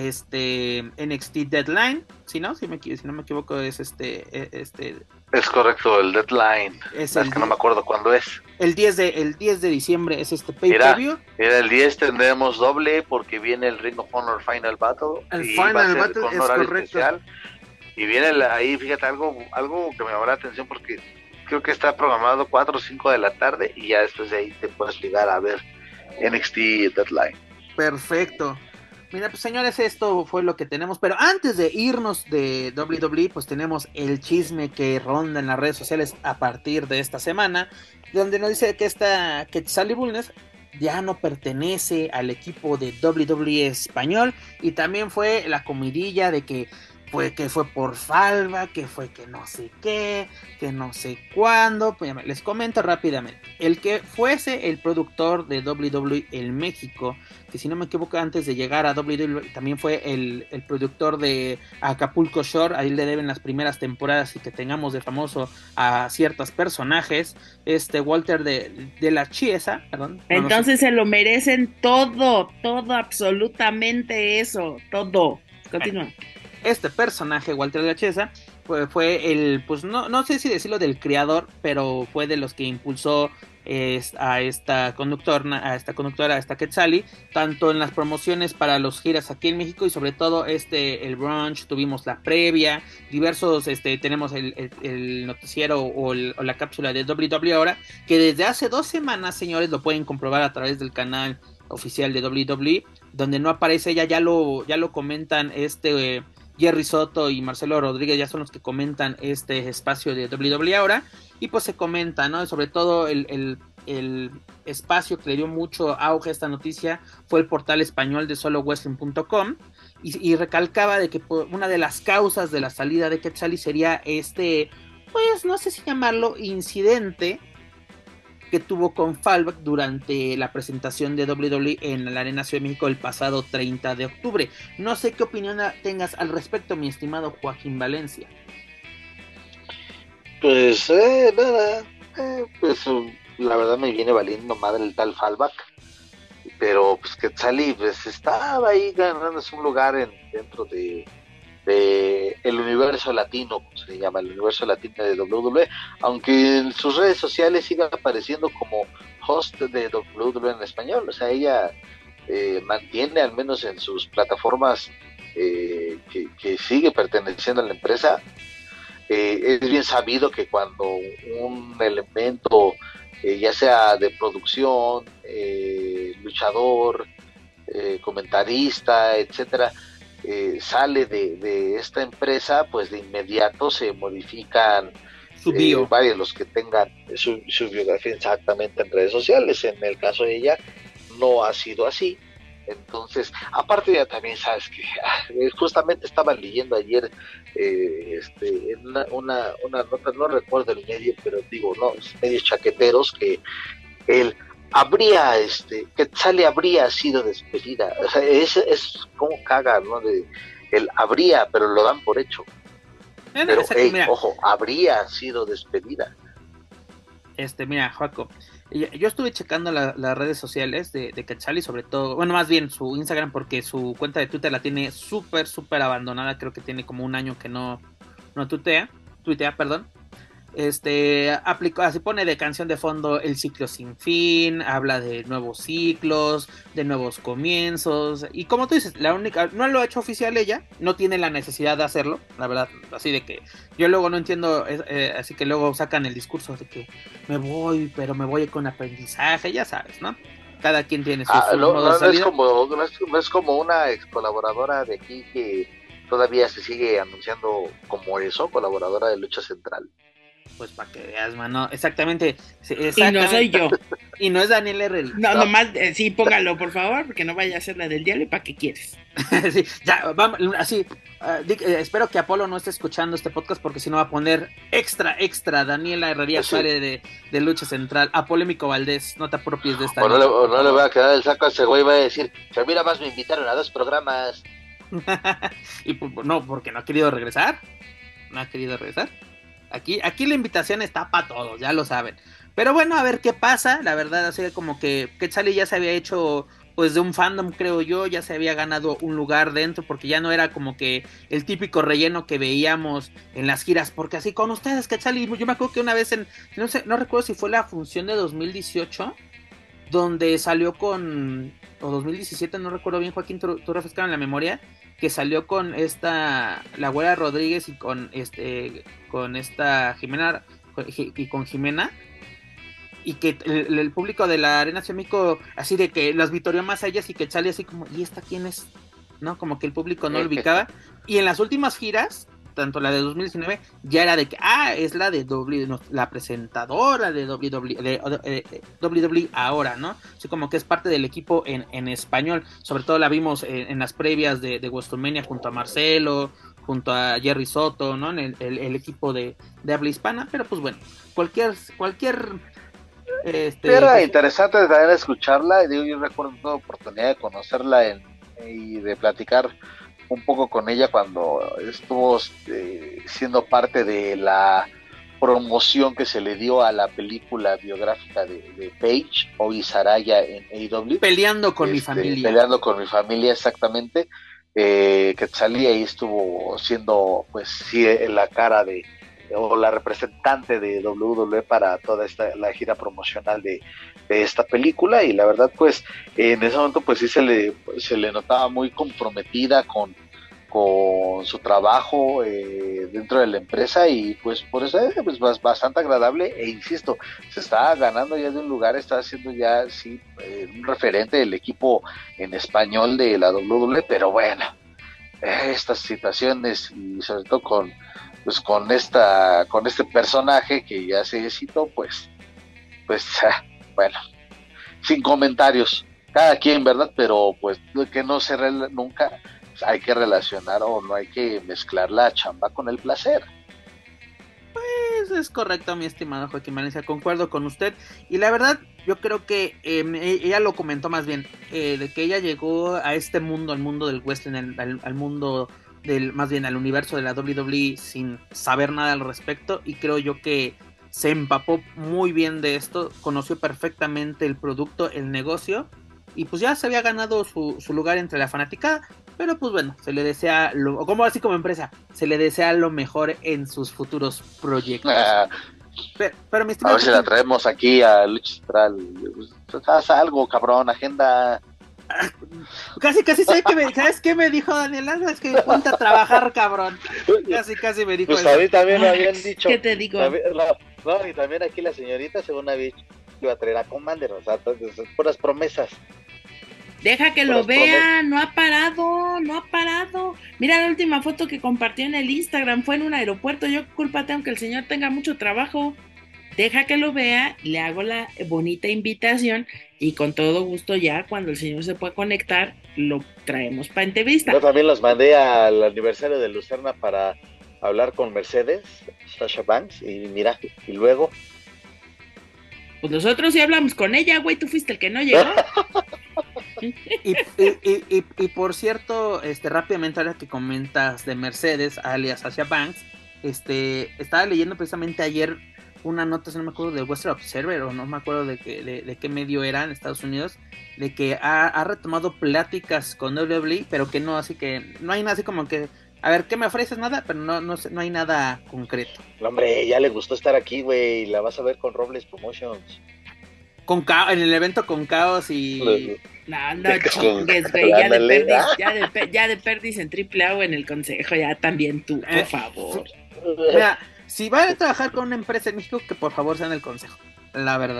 este N X T Deadline, si no, si, me, si no me equivoco es este, este es correcto, el Deadline, es, es el, que no me acuerdo cuándo es. El diez de el diez de diciembre es este pay-per-view. Mira, mira, el diez tendremos doble porque viene el Ring of Honor Final Battle. El y Final va a ser Battle con es horario correcto. Especial. Y viene la, ahí, fíjate, algo algo que me llamó la atención porque creo que está programado cuatro o cinco de la tarde y ya después de ahí te puedes ligar a ver N X T Deadline. Perfecto. Mira, pues señores, esto fue lo que tenemos, pero antes de irnos de doble u doble u E, pues tenemos el chisme que ronda en las redes sociales a partir de esta semana, donde nos dice que esta Quetzalí Bulnes ya no pertenece al equipo de doble u doble u E español, y también fue la comidilla de que fue que fue por falva, que fue que no sé qué, que no sé cuándo. Pues les comento rápidamente. El que fuese el productor de doble u doble u E en México, que si no me equivoco antes de llegar a doble u doble u E también fue el, el productor de Acapulco Shore, ahí le deben las primeras temporadas y que tengamos de famoso a ciertos personajes, este Walter de, de la Chiesa, perdón. No, Entonces no sé. se lo merecen todo, todo, absolutamente eso, todo. Continúa. Este personaje, Walter de la Chiesa, fue, fue el, pues no, no sé si decirlo del creador, pero fue de los que impulsó eh, a esta conductora, a esta conductora, a esta Quetzalí, tanto en las promociones para los giras aquí en México y sobre todo este, el brunch, tuvimos la previa, diversos, este, tenemos el, el, el noticiero o, el, o la cápsula de doble u doble u E ahora, que desde hace dos semanas, señores, lo pueden comprobar a través del canal oficial de doble u doble u E, donde no aparece ella, ya lo, ya lo comentan este... Eh, Jerry Soto y Marcelo Rodríguez ya son los que comentan este espacio de doble u doble u E ahora, y pues se comenta, ¿no? Sobre todo el, el, el espacio que le dio mucho auge a esta noticia fue el portal español de solo wrestling punto com, y, y recalcaba de que una de las causas de la salida de Quetzalí sería este, pues no sé si llamarlo incidente que tuvo con Fallback durante la presentación de doble u doble u E en la Arena Ciudad de México el pasado treinta de octubre. No sé qué opinión tengas al respecto, mi estimado Joaquín Valencia. Pues eh, nada, eh, pues uh, la verdad me viene valiendo madre el tal Fallback, pero pues Quetzalí pues estaba ahí ganándose un lugar en, dentro de de el universo latino, como se llama, el universo latino de doble u doble u E, aunque en sus redes sociales siga apareciendo como host de doble u doble u E en español. O sea, ella eh, mantiene, al menos en sus plataformas, eh, que, que sigue perteneciendo a la empresa, Eh, es bien sabido que cuando un elemento, eh, ya sea de producción, eh, luchador, eh, comentarista, etcétera, eh, sale de, de esta empresa, pues de inmediato se modifican su bio. Eh, varios los que tengan su, su biografía exactamente en redes sociales. En el caso de ella no ha sido así. Entonces, aparte ya también sabes que justamente estaba leyendo ayer eh, este, una, una, una nota, no recuerdo el medio, pero digo, no, medios chaqueteros, que él habría, este, que Sally habría sido despedida. O sea, es, es como caga, ¿no? De, él habría, pero lo dan por hecho. Pero, hey, ojo, habría sido despedida. Este, mira, Joaco, yo estuve checando la, las redes sociales de, de Quetzalí, sobre todo, bueno, más bien su Instagram, porque su cuenta de Twitter la tiene súper, súper abandonada. Creo que tiene como un año que no, no tuitea, tuitea, perdón. Este, aplicó, así pone de canción de fondo El ciclo sin fin, habla de nuevos ciclos, de nuevos comienzos, y como tú dices, la única, no lo ha hecho oficial ella, no tiene la necesidad de hacerlo, la verdad, así de que, yo luego no entiendo, eh, así que luego sacan el discurso de que me voy, pero me voy con aprendizaje, ya sabes, ¿no? Cada quien tiene su, ah, su no, modo no, de salida. No es, como, no, es, no es como una ex colaboradora de aquí que todavía se sigue anunciando como eso, colaboradora de Lucha Central. Pues para que veas, mano, exactamente, exactamente. Y no soy yo. Y no es Daniel Herrera. No, no, nomás, eh, sí, póngalo, por favor, porque no vaya a ser la del diablo. ¿Y para qué quieres? Sí, ya, vamos, así, uh, Dick, eh, espero que Apolo no esté escuchando este podcast, porque si no va a poner extra, extra, Daniela Herrería sí. Suárez de, de Lucha Central, a Polémico Valdés, no te apropies de esta. O no, le, o no le voy a quedar el saco a ese güey, va a decir, que mira más me invitaron a dos programas. Y no, porque no ha querido regresar, no ha querido regresar. Aquí, aquí la invitación está para todos, ya lo saben. Pero bueno, a ver qué pasa. La verdad, así como que Quetzalí ya se había hecho pues de un fandom, creo yo, ya se había ganado un lugar dentro, porque ya no era como que el típico relleno que veíamos en las giras, porque así con ustedes, Quetzalí, yo me acuerdo que una vez en, no sé, no recuerdo si fue la función de dos mil dieciocho, donde salió con, o dos mil diecisiete, no recuerdo bien, Joaquín, tú, tú refrescaron la memoria, que salió con esta, la Güera Rodríguez y con este, con esta Jimena, y con Jimena, y que el, el público de la Arena Ciudad de México, así de que las vitorió más a ellas, y que sale así como, ¿y esta quién es? ¿No? Como que el público no lo ubicaba, y en las últimas giras, tanto la de dos mil diecinueve, ya era de que, ah, es la de W, no, la presentadora de W W E, de, de, de W W E ahora, ¿no? Así como que es parte del equipo en, en español, sobre todo la vimos en, en las previas de, de WrestleMania junto a Marcelo, junto a Jerry Soto, ¿no? En el, el, el equipo de, de habla hispana, pero pues bueno, cualquier, cualquier... Este, era pues, interesante también escucharla, y yo recuerdo una oportunidad de conocerla en, y de platicar un poco con ella cuando estuvo eh, siendo parte de la promoción que se le dio a la película biográfica de, de Paige, hoy Saraya en A E W. Peleando con este, mi familia. Peleando con mi familia, exactamente. Eh, que salía y estuvo siendo, pues sí, en la cara de, o la representante de W W E para toda esta la gira promocional de, de esta película, y la verdad pues en ese momento pues sí se le se le notaba muy comprometida con, con su trabajo eh, dentro de la empresa, y pues por eso es pues, bastante agradable, e insisto, se está ganando ya de un lugar, está haciendo ya sí eh, un referente del equipo en español de la W W E, pero bueno, eh, estas situaciones, y sobre todo con pues con esta con este personaje que ya se citó, pues pues ah, bueno, sin comentarios, cada quien, verdad, pero pues que no se rela- nunca hay que relacionar, o no hay que mezclar la chamba con el placer. Pues es correcto, mi estimado Joaquín Valencia, concuerdo con usted, y la verdad yo creo que eh, ella lo comentó más bien, eh, de que ella llegó a este mundo, al mundo del wrestling, al, al, al mundo del, más bien al universo de la W W E sin saber nada al respecto, y creo yo que se empapó muy bien de esto, conoció perfectamente el producto, el negocio, y pues ya se había ganado su, su lugar entre la fanaticada, pero pues bueno, se le desea, lo, como así como empresa, se le desea lo mejor en sus futuros proyectos. Ah, pero, pero mi a ver si la traemos aquí a Lucha Central. Haz algo, cabrón, agenda. Casi, casi sé que me, ¿sabes qué me dijo Daniela? Es que ponte a trabajar, cabrón. Casi, casi me dijo pues eso. a mí también me habían dicho. ¿Qué te digo? También, no, no, y también aquí la señorita, según había dicho, iba a traer a Commander, o sea, entonces, puras promesas. Deja que Puras lo vea, no ha parado, no ha parado. Mira la última foto que compartió en el Instagram, fue en un aeropuerto. Yo culpa tengo que el señor tenga mucho trabajo. Deja que lo vea, le hago la bonita invitación y con todo gusto ya cuando el señor se pueda conectar, lo traemos para entrevista. Yo también los mandé al aniversario de Lucerna para hablar con Mercedes, Sasha Banks, y mira, y luego... Pues nosotros sí hablamos con ella, güey, tú fuiste el que no llegó. Y, y, y, y, y por cierto, este rápidamente ahora que comentas de Mercedes, alias Sasha Banks, este estaba leyendo precisamente ayer una nota, si no me acuerdo, del Western Observer, o no me acuerdo de, que, de, de qué medio era en Estados Unidos, de que ha, ha retomado pláticas con W W E, pero que no, así que no hay nada así como que, a ver, ¿qué me ofreces? Nada, pero no, no, no hay nada concreto. No, hombre, ya le gustó estar aquí, güey, la vas a ver con Robles Promotions. Con Caos, en el evento con Caos y... No, no chingues, güey, ya de perdis, ya de, ya de perdis en triple A o en el consejo, ya también tú, por favor. Mira, si va a trabajar con una empresa en México, que por favor sea en el consejo, la verdad,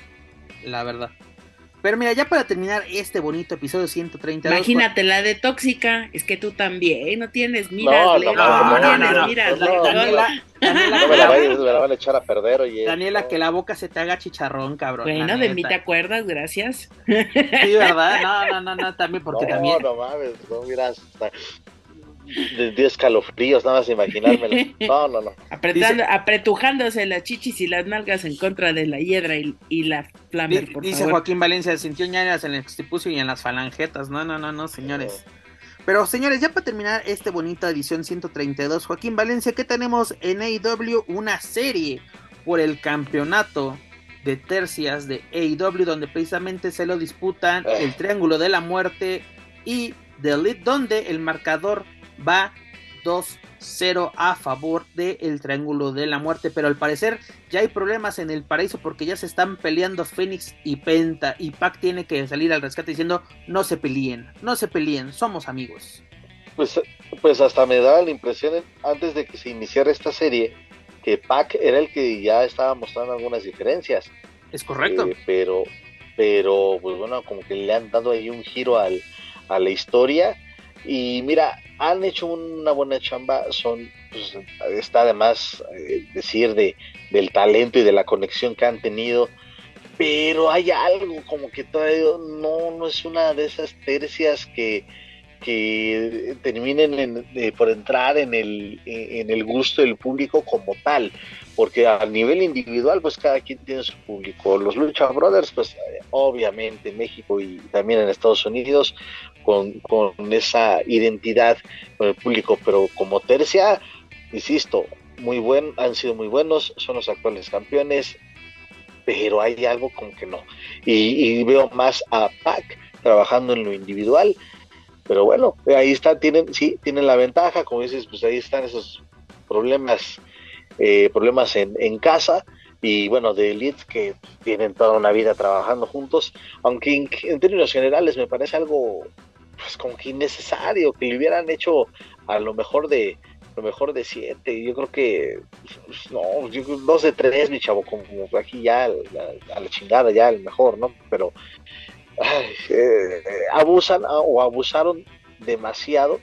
la verdad. Pero mira, ya para terminar este bonito episodio ciento treinta y dos... Imagínate, la de tóxica, es que tú también no tienes miras, no, lejos, no, no, no, tienes no, no, miras, no, lejos. Daniela, Daniela, no me la, vayas, me la van a echar a perder, oye. Daniela, no. que la boca se te haga chicharrón, cabrón. Bueno, de mí te acuerdas, gracias. Sí, ¿verdad? No, no, no, no, también porque no, también... No, no mames, no, mira, hasta... de diez escalofríos, nada más imaginármelo. No, no, no. Apretando, dice, apretujándose las chichis y las nalgas en contra de la hiedra y, y la flamer, di, por dice favor. Joaquín Valencia, sintió ñañas en el extipucio y en las falangetas. No, no, no, no, señores. Pero, señores, ya para terminar esta bonita edición ciento treinta y dos, Joaquín Valencia, ¿qué tenemos en A E W? Una serie por el campeonato de tercias de A E W, donde precisamente se lo disputan eh. el Triángulo de la Muerte y The Elite, donde el marcador va dos cero a favor del Triángulo de la Muerte, pero al parecer ya hay problemas en el paraíso porque ya se están peleando Fénix y Penta, y Pac tiene que salir al rescate diciendo no se peleen, no se peleen, somos amigos. Pues, pues hasta me daba la impresión antes de que se iniciara esta serie que Pac era el que ya estaba mostrando algunas diferencias. Es correcto. Eh, pero, pero pues bueno, como que le han dado ahí un giro al, a la historia. Y mira, han hecho una buena chamba, son, pues, está además eh, decir de, del talento y de la conexión que han tenido, pero hay algo como que todavía no, no es una de esas tercias que, que terminen en, eh, por entrar en el, en el gusto del público como tal, porque a nivel individual pues cada quien tiene su público. Los Lucha Brothers pues obviamente en México y también en Estados Unidos con, con esa identidad con el público, pero como tercia, insisto, muy buen, han sido muy buenos, son los actuales campeones, pero hay algo como que no, y, y veo más a Pac trabajando en lo individual, pero bueno, ahí está, tienen, sí, tienen la ventaja, como dices, pues ahí están esos problemas, eh, problemas en, en casa, y bueno, de Elite que tienen toda una vida trabajando juntos, aunque en, en términos generales me parece algo pues como que innecesario, que le hubieran hecho a lo mejor de lo mejor de siete, yo creo que pues, no, yo creo dos de tres, mi chavo, como aquí ya a, a la chingada ya el mejor, ¿no? Pero ay, eh, abusan o abusaron demasiado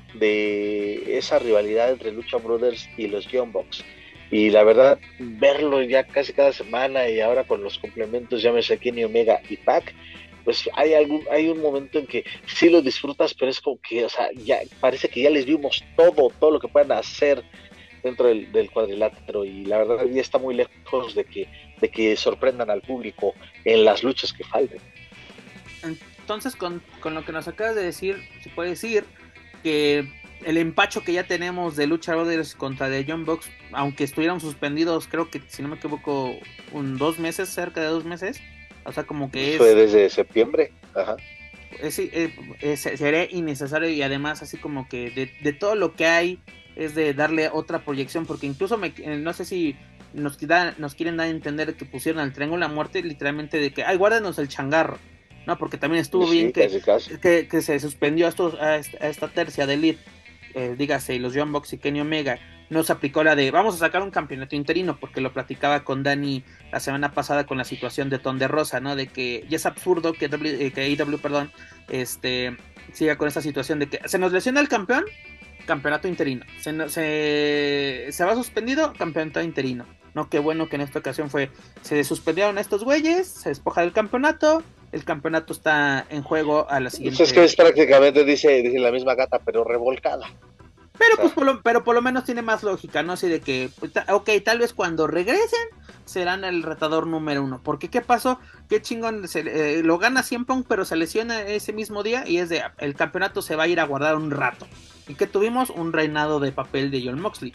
de esa rivalidad entre Lucha Brothers y los Young Bucks. Y la verdad, verlo ya casi cada semana y ahora con los complementos, llámese Kenny Omega y Pac, pues hay algún, hay un momento en que sí lo disfrutas, pero es como que, o sea, ya parece que ya les vimos todo, todo lo que pueden hacer dentro del, del cuadrilátero, y la verdad ya está muy lejos de que, de que sorprendan al público en las luchas que falten. Entonces, con, con lo que nos acabas de decir, se puede decir que el empacho que ya tenemos de Lucha Brothers contra The Young Bucks, aunque estuvieran suspendidos, creo que, si no me equivoco, un dos meses, cerca de dos meses, o sea, como que es... Fue desde septiembre, ajá. Es, es, es, sería innecesario, y además así como que de, de todo lo que hay es de darle otra proyección, porque incluso me, no sé si nos, da, nos quieren dar a entender que pusieron al Triángulo de la Muerte literalmente de que, ay, guárdanos el changarro. ¿no? Porque también estuvo Sí, bien que, casi, casi. que, que se suspendió a, estos, a, esta, a esta tercia de Elite, eh, dígase, los Young Bucks y Kenny Omega. No se aplicó la de vamos a sacar un campeonato interino, porque lo platicaba con Dani la semana pasada con la situación de Ton de Rosa, ¿no? De que ya es absurdo que, w, que A E W, perdón, este, siga con esta situación de que se nos lesiona el campeón, campeonato interino, se, se, se va suspendido, campeonato interino. No, qué bueno que en esta ocasión fue, se suspendieron a estos güeyes, se despoja del campeonato, el campeonato está en juego a la siguiente. Pues es que es prácticamente, dice, dice la misma gata, pero revolcada. Pero, pues, por lo, pero por lo menos tiene más lógica, ¿no? Así de que, ok, tal vez cuando regresen serán el retador número uno. Porque, ¿qué pasó? Qué chingón, se, eh, lo gana C M Punk, pero se lesiona ese mismo día y es de, el campeonato se va a ir a guardar un rato. ¿Y qué tuvimos? Un reinado de papel de Jon Moxley.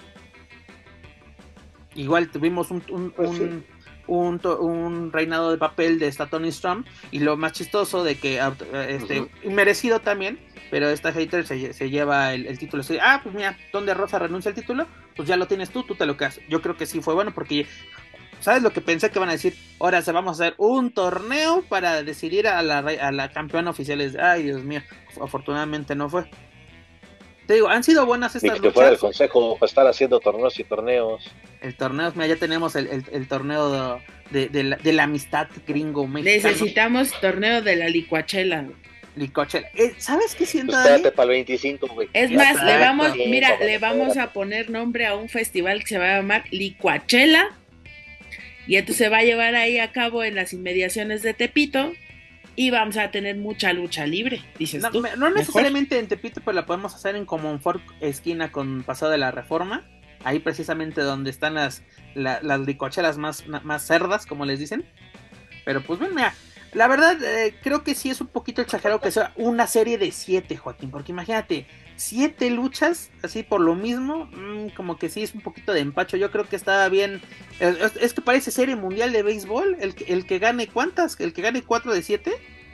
Igual tuvimos un... un, pues un sí. Un, un reinado de papel de esta Toni Storm, y lo más chistoso de que este uh-huh. merecido también, pero esta hater se, se lleva el, el título. Se, ah, pues mira, donde Rosa renuncia al título, pues ya lo tienes tú, tú te lo quedas. Yo creo que sí fue bueno, porque ¿sabes lo que pensé que van a decir? Ahora se vamos a hacer un torneo para decidir a la, a la campeona oficial. Ay, Dios mío, afortunadamente no fue. Te digo, han sido buenas estas Ni que luchas. Fuera el consejo para estar haciendo torneos y torneos. El torneo, mira, ya tenemos el, el, el torneo de, de, la, de la amistad gringo mexicano. Necesitamos torneo de la licuachela. Licuachela. Eh, ¿Sabes qué siento? Pues espérate para el veinticinco, güey. Es Ya más, está, le vamos, está, mira, está, le está, vamos está. a poner nombre a un festival que se va a llamar Licuachela. Y entonces se va a llevar ahí a cabo en las inmediaciones de Tepito. Y vamos a tener mucha lucha libre, dices no, tú. No necesariamente en Tepito, pero la podemos hacer en Comonfort, esquina con Paseo de la Reforma. Ahí precisamente donde están las, la, las licuachelas más, más cerdas, como les dicen. Pero pues bueno, mira, la verdad eh, creo que sí es un poquito exagerado que sea una serie de siete, Joaquín. Porque imagínate, siete luchas así por lo mismo, mmm, como que sí es un poquito de empacho. Yo creo que estaba bien. Es, es que parece serie mundial de béisbol. El, el que gane, ¿cuántas? El que gane cuatro de siete.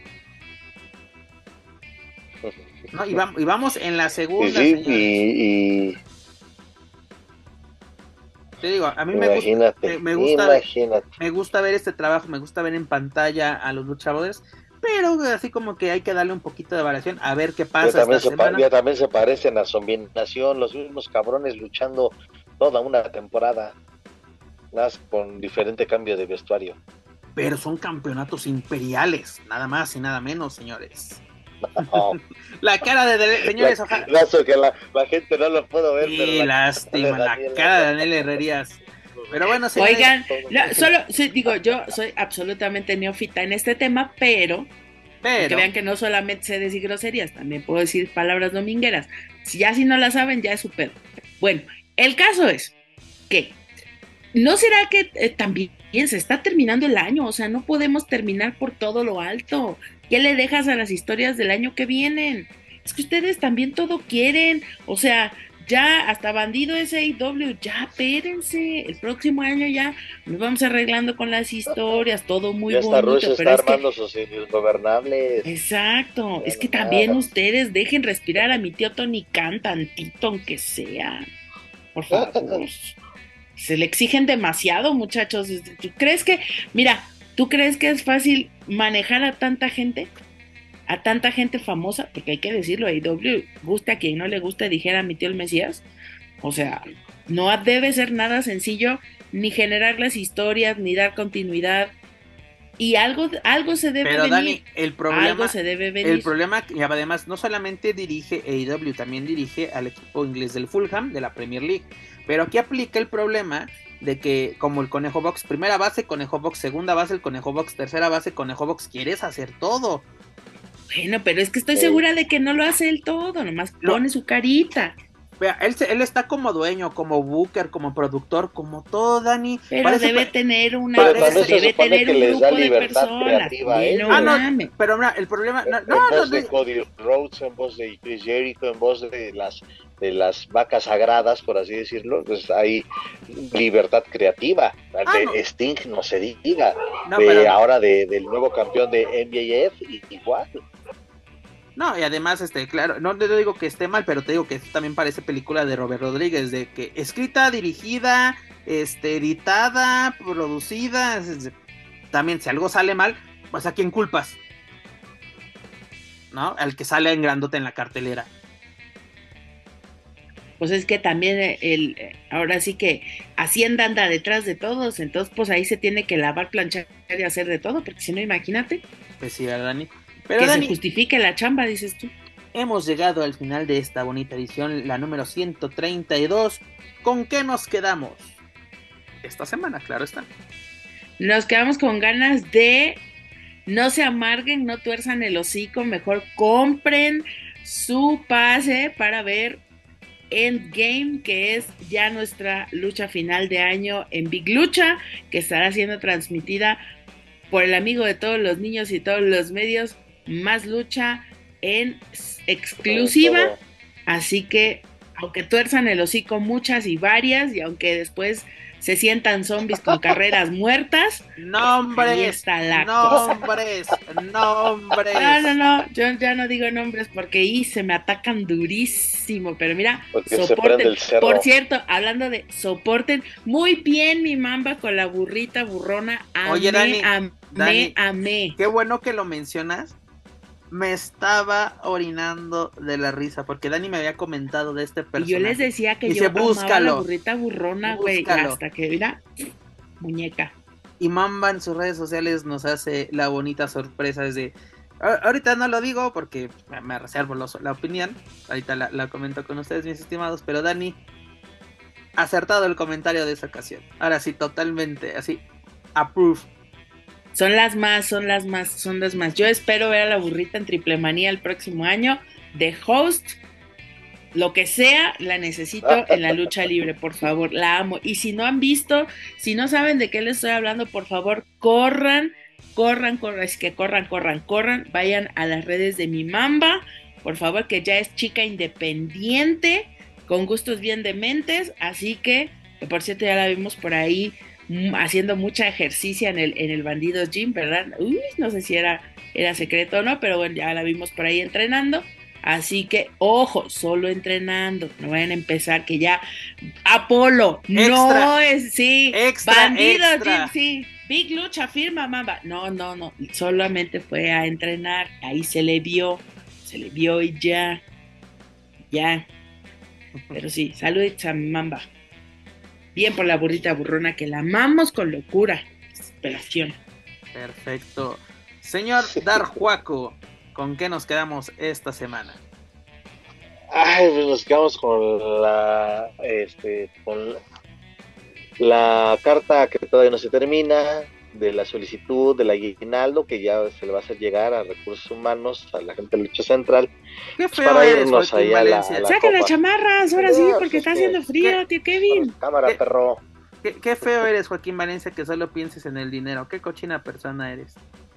No, y, vamos, y vamos en la segunda. Sí, sí, y, y... Te digo, a mí me imagínate, gusta, me gusta, imagínate. me gusta ver este trabajo, me gusta ver en pantalla a los luchadores, pero así como que hay que darle un poquito de variación a ver qué pasa. Ya también, esta se, semana. ya también se parecen a Zombinación, los mismos cabrones luchando toda una temporada, más con diferente cambio de vestuario. Pero son campeonatos imperiales, nada más y nada menos, señores. No. La cara de Daniel, señores, la, ojalá. Lazo que la, la gente no lo puedo ver. Sí, pero la lástima, la Daniel, cara de Daniel Herrerías. Pero bueno, señores, oigan, no, solo sí, digo, yo soy absolutamente neófita en este tema, pero, pero que vean que no solamente sé decir groserías, también puedo decir palabras domingueras. Si ya si no la saben, ya es su pedo. Bueno, el caso es que ¿no será que eh, también se está terminando el año? O sea, no podemos terminar por todo lo alto. ¿Qué le dejas a las historias del año que vienen? Es que ustedes también todo quieren. O sea, ya hasta Bandido S A E W, ya espérense. El próximo año ya nos vamos arreglando con las historias, todo muy ya bonito. Rush pero está es armando que... sus ingobernables. Exacto. Ya es que nada. También ustedes dejen respirar a mi tío Tony Khan tantito, aunque sea. Por favor. Se le exigen demasiado, muchachos. ¿Tú crees que, mira, tú crees que es fácil manejar a tanta gente? A tanta gente famosa, porque hay que decirlo, A E W, gusta a quien no le gusta, dijera mi tío el Mesías. O sea, no debe ser nada sencillo, ni generar las historias, ni dar continuidad. Y algo, algo se debe Pero venir. Dani, el problema, algo se debe venir. El problema, y además, no solamente dirige A E W, también dirige al equipo inglés del Fulham, de la Premier League. Pero aquí aplica el problema de que, como el Conejo Box, primera base, Conejo Box, segunda base, el Conejo Box, tercera base, Conejo Box, quieres hacer todo. Bueno, pero es que estoy Sí. segura de que no lo hace él todo, nomás No. pone su carita. Vea, él, se- él está como dueño, como booker, como productor, como todo, Dani. Pero Parece debe pa- tener una, Pero también se debe supone tener que un les da grupo de libertad personas. creativa a Sí, ellos. no Ah, no, mames. pero mira, el problema... No, en no, no, voz de no, Cody Rhodes, en voz de Chris Jericho, en voz de las de las vacas sagradas, por así decirlo, pues hay libertad creativa. Ah, de no. Sting no se diga, no, de pero- ahora de, del nuevo campeón de N B A F, y, igual. No, y además, este, claro, no te digo que esté mal, pero te digo que esto también parece película de Robert Rodríguez, de que escrita, dirigida, este, editada, producida, es- es- también si algo sale mal, pues ¿a quién culpas? ¿no? Al que sale en grandote en la cartelera. Pues es que también el, ahora sí que Hacienda anda detrás de todos, entonces pues ahí se tiene que lavar, planchar y hacer de todo, porque si no, imagínate. Pues sí, ¿verdad, Dani? Pero que Dani, se justifique la chamba, dices tú. Hemos llegado al final de esta bonita edición, la número ciento treinta y dos. ¿Con qué nos quedamos? Esta semana, claro está. Nos quedamos con ganas de no se amarguen, no tuerzan el hocico, mejor compren su pase para ver Endgame, que es ya nuestra lucha final de año en Big Lucha, que estará siendo transmitida por el amigo de todos los niños y todos los medios, Más Lucha, en exclusiva. Así que, aunque tuerzan el hocico muchas y varias, y aunque después se sientan zombies con carreras muertas, nombres, ahí está la nombres, cosa. nombres. No, no, no, yo ya no digo nombres porque ahí se me atacan durísimo, pero mira, Porque soporten. se Por cierto, hablando de soporten, muy bien mi mamba con la burrita burrona. Amé, Oye, Dani, amé, Dani, amé. Qué bueno que lo mencionas. Me estaba orinando de la risa porque Dani me había comentado de este personaje. Y yo les decía que Dice, yo amaba búscalo, la burrita burrona, güey, búscalo. hasta que mira, muñeca. Y Mamba en sus redes sociales nos hace la bonita sorpresa desde... Ahorita no lo digo porque me reservo lo, la opinión. Ahorita la, la comento con ustedes, mis estimados. Pero Dani, acertado el comentario de esa ocasión. Ahora sí, totalmente, así, approve. Son las más, son las más, son las más. Yo espero ver a la burrita en Triple Manía el próximo año de host. Lo que sea, la necesito en la lucha libre, por favor, la amo. Y si no han visto, si no saben de qué les estoy hablando, por favor, corran, corran, corran, es que corran, corran, corran, vayan a las redes de mi mamba, por favor, que ya es chica independiente, con gustos bien dementes, así que, por cierto, ya la vimos por ahí haciendo mucha ejercicio en el, en el Bandidos Gym, ¿verdad? Uy, no sé si era, era secreto o no, pero bueno, ya la vimos por ahí entrenando. Así que, ojo, solo entrenando, no vayan a empezar que ya Apolo, extra, no es, sí, extra, Bandido extra. Gym, sí, Big Lucha, firma, mamba, no, no, no, solamente fue a entrenar, ahí se le vio, se le vio y ya, ya, pero sí, saludos a mamba, bien por la burrita burrona que la amamos con locura, desesperación. Perfecto, señor Darjuaco. ¿Con qué nos quedamos esta semana? Ay, pues nos quedamos con la, este, con la, la carta que todavía no se termina, de la solicitud del aguinaldo, que ya se le va a hacer llegar a recursos humanos, a la gente de Lucha Central. Qué feo para eres, irnos ahí a la, a la Saquen las copa. chamarras, ahora No, sí, pues porque es está que- haciendo frío, ¿qué? tío Kevin. Cámara, ¿Qué? perro. Qué, qué feo eres, Joaquín Valencia, que solo pienses en el dinero. Qué cochina persona eres.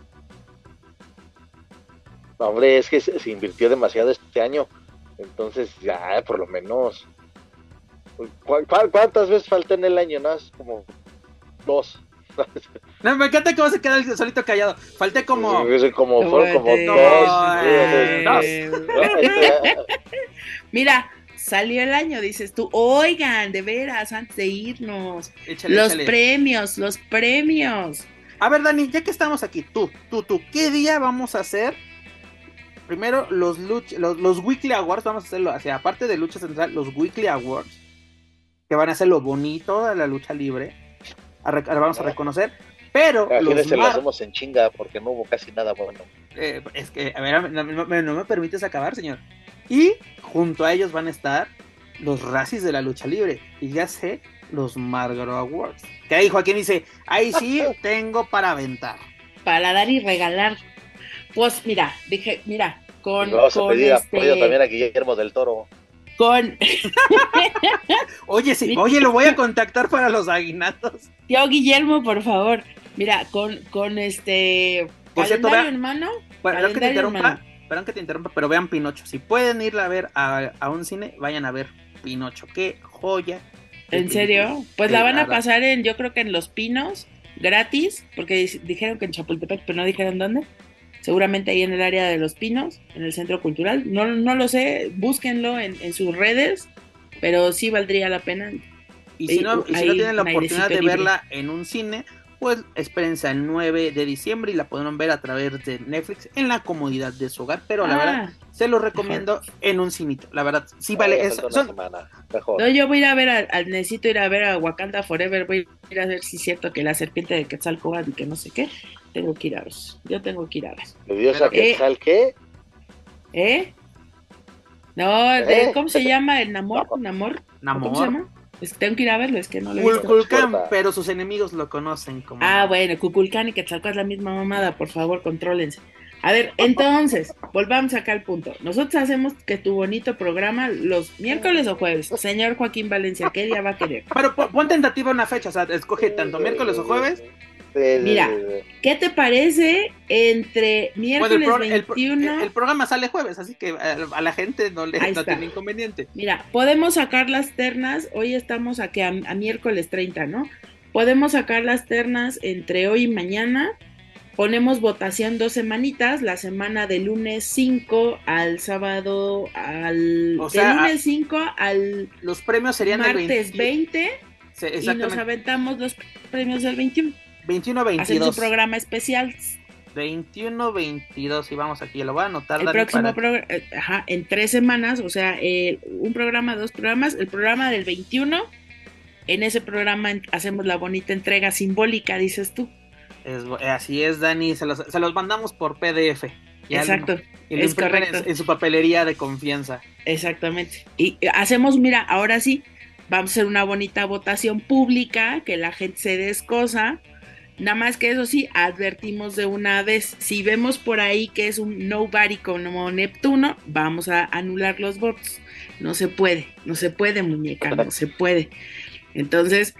No, hombre, es que se, se invirtió demasiado este año. Entonces, ya, por lo menos. ¿Cu cu ¿Cuántas veces falté en el año? No, es como dos. No, me encanta cómo se queda el solito callado. Falté como... como, fueron como No, dos. eh, dos. Mira, salió el año, dices tú, oigan, de veras, antes de irnos, Échale, los échale. premios, los premios. A ver, Dani, ya que estamos aquí, tú, tú, tú, ¿qué día vamos a hacer? Primero, los, luch los, los Weekly Awards, vamos a hacerlo, o sea, aparte de Lucha Central, los Weekly Awards, que van a ser lo bonito de la lucha libre, a a, vamos a reconocer, pero los se lo mar... hacemos en chinga porque no hubo casi nada bueno. Eh, es que, a ver, no, no, no me permites acabar, señor. Y junto a ellos van a estar los Razzies de la lucha libre, y ya sé, los Marlboro Awards. Que ahí Joaquín dice, ahí sí tengo para aventar. Para dar y regalar. Pues mira, dije, mira, con, Y vamos con a pedir este, apoyo también a Guillermo del Toro. con Oye, sí, oye, lo voy a contactar para los aguinaldos. tío Guillermo, por favor. Mira, con, con este Por cierto, calendario vea- en mano. Perdón que te calendario en interrumpa, mano. perdón que te interrumpa, pero vean Pinocho. Si pueden ir a ver a, a un cine, vayan a ver Pinocho. Qué joya. de ¿En película. serio? Pues Sí, la van a verdad. pasar en, yo creo que en Los Pinos, gratis, porque di- dijeron que en Chapultepec, pero no dijeron dónde. Seguramente ahí en el área de Los Pinos, en el Centro Cultural. No, no lo sé, búsquenlo en, en sus redes, pero sí valdría la pena. Y si no, y si no Ahí, tienen la un oportunidad de airecito libre. verla en un cine, pues espérense al nueve de diciembre y la podrán ver a través de Netflix en la comodidad de su hogar, pero la Ah, verdad se los recomiendo mejor. en un cinito, la verdad sí vale, Vaya, es, falta una son, semana, mejor. No, yo voy a ir a ver, a, a- necesito ir a ver a Wakanda Forever, voy a ir a ver si es cierto que la serpiente de Quetzalcóatl y que no sé qué, tengo que ir a ver, yo tengo que ir a ver. ¿Le dio esa Pero- Quetzal qué? ¿Eh? No, de, ¿Eh? ¿cómo se llama? ¿El Namor? ¿Namor? Namor. ¿Cómo se llama? Es que tengo que ir a verlo, es que no lo he Kul- visto. Kulkan, Importa. pero sus enemigos lo conocen como Ah, bueno, Kukulcán y Quetzalcóatl es la misma mamada, por favor, contrólense. A ver, entonces, volvamos acá al punto. Nosotros hacemos que tu bonito programa los miércoles o jueves. Señor Joaquín Valencia, ¿qué día va a querer? Pero pon, pon tentativa una fecha, o sea, escoge tanto miércoles o jueves. Sí, sí, Mira, sí, sí. ¿qué te parece entre Bueno, el, miércoles pro- el pro- veintiuno? el programa sale jueves, así que a, a la gente no le Ahí no está. tiene inconveniente. Mira, podemos sacar las ternas, hoy estamos aquí a, a miércoles treinta, ¿no? Podemos sacar las ternas entre hoy y mañana, ponemos votación dos semanitas, la semana del lunes cinco al sábado, al O sea, del lunes cinco al Los premios serían el martes veinte, veinte sí, y nos exactamente, aventamos los premios del veintiuno. veintiuno Hacemos un veintidós. programa especial. veintiuno veintidós, y vamos aquí, lo voy a anotar, El Dani, próximo para- programa, ajá, en tres semanas, o sea, eh, un programa, dos programas, el programa del veintiuno, en ese programa en- hacemos la bonita entrega simbólica, dices tú. es- así es, Dani, se los, se los mandamos por P D F. Ya Exacto, lo- y lo es imprimen correcto. en, en su papelería de confianza. Exactamente. Y eh, hacemos, mira, ahora sí, vamos a hacer una bonita votación pública, que la gente se descosa. Nada más que eso sí, advertimos de una vez, si vemos por ahí que es un nobody como Neptuno, vamos a anular los votos. No se puede, no se puede, muñeca, no se puede. Entonces,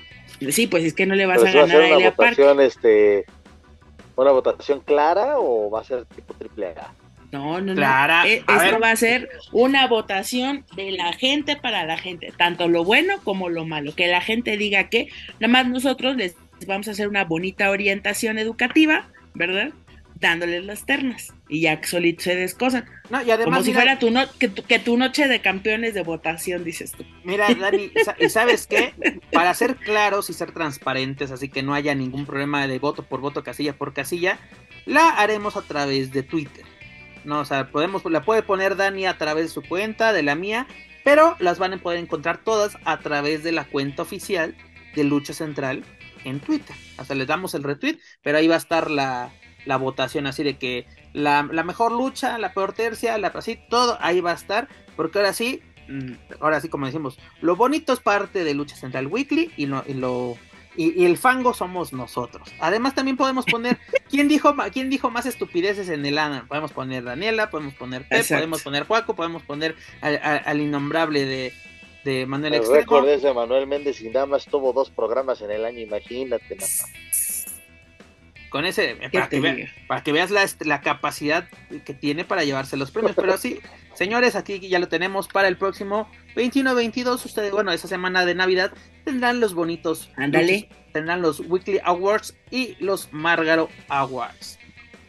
sí, pues es que no le vas Pero a si va a ganar ser a una Elia Park. votación, este, una votación clara o va a ser tipo triple A. No, no, Clara, no. Eh, a Esto ver. va a ser una votación de la gente para la gente, tanto lo bueno como lo malo. Que la gente diga que, nada más nosotros les vamos a hacer una bonita orientación educativa, ¿verdad? Dándoles las ternas y ya que solito se descosan. No, y además, Como si mira, fuera tu, no, que, tu, que tu noche de campeones de votación, dices tú. mira, Dani, sa- ¿y sabes qué? Para ser claros y ser transparentes, así que no haya ningún problema de voto por voto, casilla por casilla, la haremos a través de Twitter. No, o sea, podemos, la puede poner Dani a través de su cuenta, de la mía, pero las van a poder encontrar todas a través de la cuenta oficial de Lucha Central en Twitter. Hasta les damos el retweet, pero ahí va a estar la, la votación así de que la, la mejor lucha, la peor tercia, la así, todo ahí va a estar, porque ahora sí, mm, ahora sí como decimos, lo bonito es parte de Lucha Central Weekly y, no, y lo... Y, y el fango somos nosotros. Además también podemos poner quién dijo quién dijo más estupideces en el ANA. Podemos poner Daniela, podemos poner Pep, Exacto. podemos poner Juaco, podemos poner al, al, al innombrable de, de Manuel El Extremo. récord es de Manuel Méndez y nada más tuvo dos programas en el año, imagínate. Nada más. Con ese, ¿Qué para te que, vea- digo? para que veas la, la capacidad que tiene para llevarse los premios. Pero sí, señores, aquí ya lo tenemos para el próximo veintiuno veintidós. Ustedes, bueno, esa semana de Navidad tendrán los bonitos. Ándale. luchas, tendrán los Weekly Awards y los Márgaro Awards.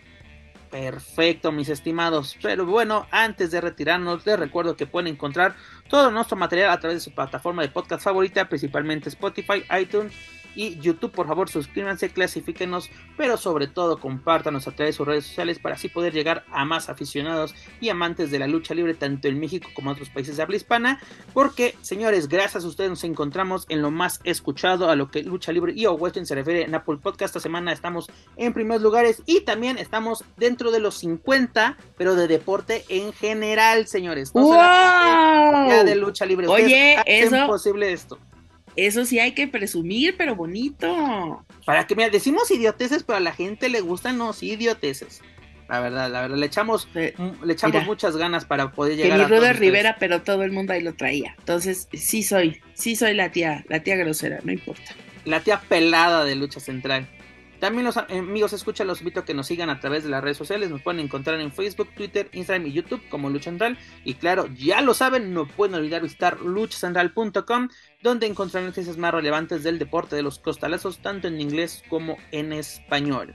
Perfecto, mis estimados. Pero bueno, antes de retirarnos, les recuerdo que pueden encontrar todo nuestro material a través de su plataforma de podcast favorita, principalmente Spotify, iTunes y YouTube. Por favor, suscríbanse, clasifíquenos, pero sobre todo compártanos a través de sus redes sociales para así poder llegar a más aficionados y amantes de la lucha libre, tanto en México como en otros países de habla hispana. Porque, señores, gracias a ustedes nos encontramos en lo más escuchado a lo que lucha libre y o western se refiere en Apple Podcast. Esta semana estamos en primeros lugares y también estamos dentro de los cincuenta, pero de deporte en general, señores. No solamente ya de ¡Wow! lucha libre. Oye, Ustedes hacen eso- posible esto. Eso sí hay que presumir, pero bonito. Para que, mira, decimos idioteces, pero a la gente le gustan los idioteces. La verdad, la verdad, le echamos, Eh, le echamos mira, muchas ganas para poder Que llegar ni a todos Ruder ustedes. Rivera, pero todo el mundo ahí lo traía. Entonces, sí soy, sí soy la tía, la tía grosera, no importa. La tía pelada de Lucha Central. También los amigos escucha, los invito a que nos sigan a través de las redes sociales. Nos pueden encontrar en Facebook, Twitter, Instagram y YouTube como Lucha Central. Y claro, ya lo saben, no pueden olvidar visitar lucha central punto com, donde encontrarán noticias más relevantes del deporte de los costalazos, tanto en inglés como en español.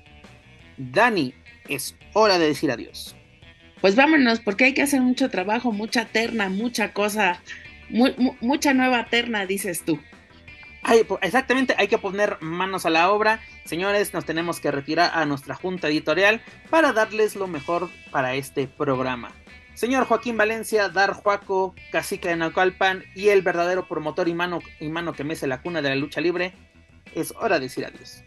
Dani, es hora de decir adiós. Pues vámonos, porque hay que hacer mucho trabajo, mucha terna, mucha cosa, mu- mu- mucha nueva terna, dices tú. Hay, exactamente, hay que poner manos a la obra. Señores, nos tenemos que retirar a nuestra junta editorial para darles lo mejor para este programa. Señor Joaquín Valencia, Dar Juaco, cacique de Naucalpan y el verdadero promotor y mano, y mano que mece la cuna de la lucha libre, es hora de decir adiós.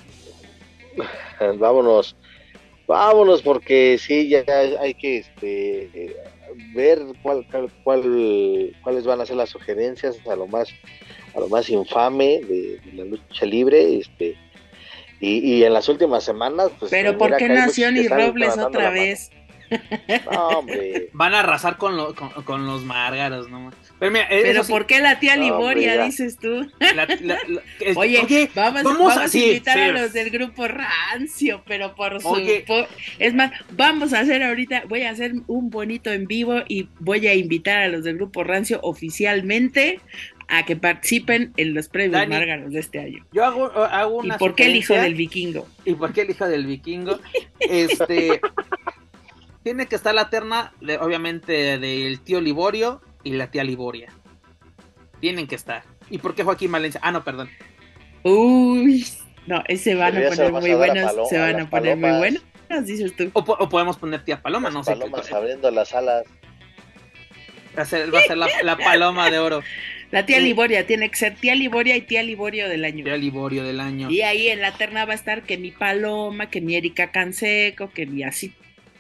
Vámonos, vámonos, porque sí, ya hay que este, ver cuál, cuál, cuál, cuáles van a ser las sugerencias a lo más, a lo más infame de, de la lucha libre, este, y, y en las últimas semanas, pues. Pero ¿por qué nació Ni Robles otra vez? No, hombre. Van a arrasar con, lo, con, con los Márgaros, ¿no? Pero, mira, Pero sí, ¿por qué la tía no, Liboria, hombre, dices tú? La, la, la, el, oye, oye, vamos, vamos, vamos a sí, invitar sí. a los del grupo Rancio, pero por su... Oye. Por, es más, vamos a hacer ahorita, voy a hacer un bonito en vivo y voy a invitar a los del grupo Rancio oficialmente a que participen en los premios Dani, Márgaros de este año. Yo hago, hago una ¿Y por qué el hijo del vikingo? ¿Y por qué el hijo del vikingo? Este... Tiene que estar la terna, de, obviamente, del tío Liborio y la tía Liboria. Tienen que estar. ¿Y por qué Joaquín Valencia? Ah, no, perdón. Uy, no, se van a Podría poner ser muy más a buenos. Paloma, Se van a las poner muy palomas. buenos, dices tú. O, o podemos poner tía Paloma, no sé. Palomas abriendo las alas. Va a ser, va a ser la, la paloma de oro. La tía Sí. Liboria, tiene que ser tía Liboria y tía Liborio del año. Tía Liborio del año. Y ahí en la terna va a estar que mi Paloma, que mi Erika Canseco, que mi así.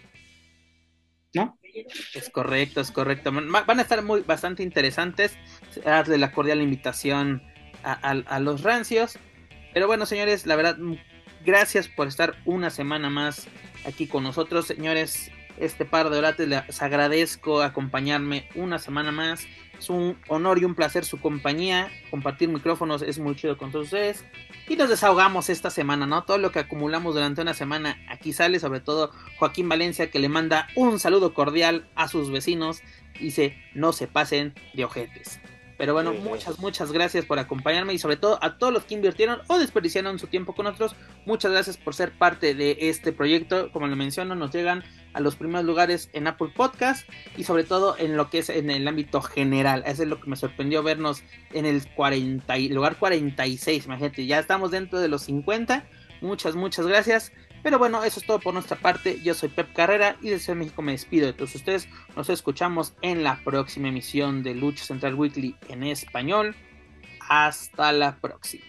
¿No? Es correcto, es correcto. Van a estar muy bastante interesantes. Darle la cordial invitación a, a, a los rancios. Pero bueno, señores, la verdad, gracias por estar una semana más aquí con nosotros, señores. Este par de orates les agradezco acompañarme una semana más. Es un honor y un placer su compañía. Compartir micrófonos es muy chido con todos ustedes. Y nos desahogamos esta semana, ¿no? Todo lo que acumulamos durante una semana aquí sale, sobre todo Joaquín Valencia, que le manda un saludo cordial a sus vecinos. Dice, no se pasen de ojetes. Pero bueno, Sí, muchas, sí. muchas gracias por acompañarme y sobre todo a todos los que invirtieron o desperdiciaron su tiempo con nosotros. Muchas gracias por ser parte de este proyecto. Como lo menciono, nos llegan a los primeros lugares en Apple Podcast y sobre todo en lo que es en el ámbito general. Eso es lo que me sorprendió vernos en el cuarenta, lugar cuarenta y seis. Imagínate, ya estamos dentro de los cincuenta. Muchas, muchas gracias. Pero bueno, eso es todo por nuestra parte. Yo soy Pep Carrera y desde México me despido de todos ustedes. Nos escuchamos en la próxima emisión de Lucha Central Weekly en español. Hasta la próxima.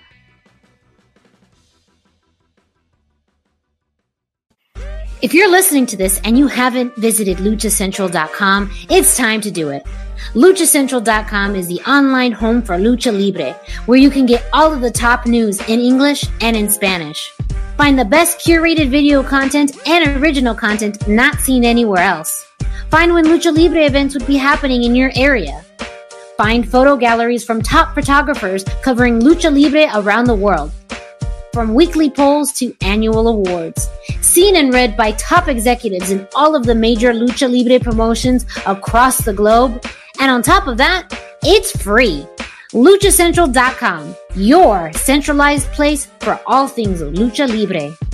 If you're listening to this and you haven't visited lucha central dot com, it's time to do it. lucha central dot com is the online home for Lucha Libre, where you can get all of the top news in English and in Spanish. Find the best curated video content and original content not seen anywhere else. Find when Lucha Libre events would be happening in your area. Find photo galleries from top photographers covering Lucha Libre around the world. From weekly polls to annual awards. Seen and read by top executives in all of the major Lucha Libre promotions across the globe. And on top of that, it's free. lucha central dot com, your centralized place for all things Lucha Libre.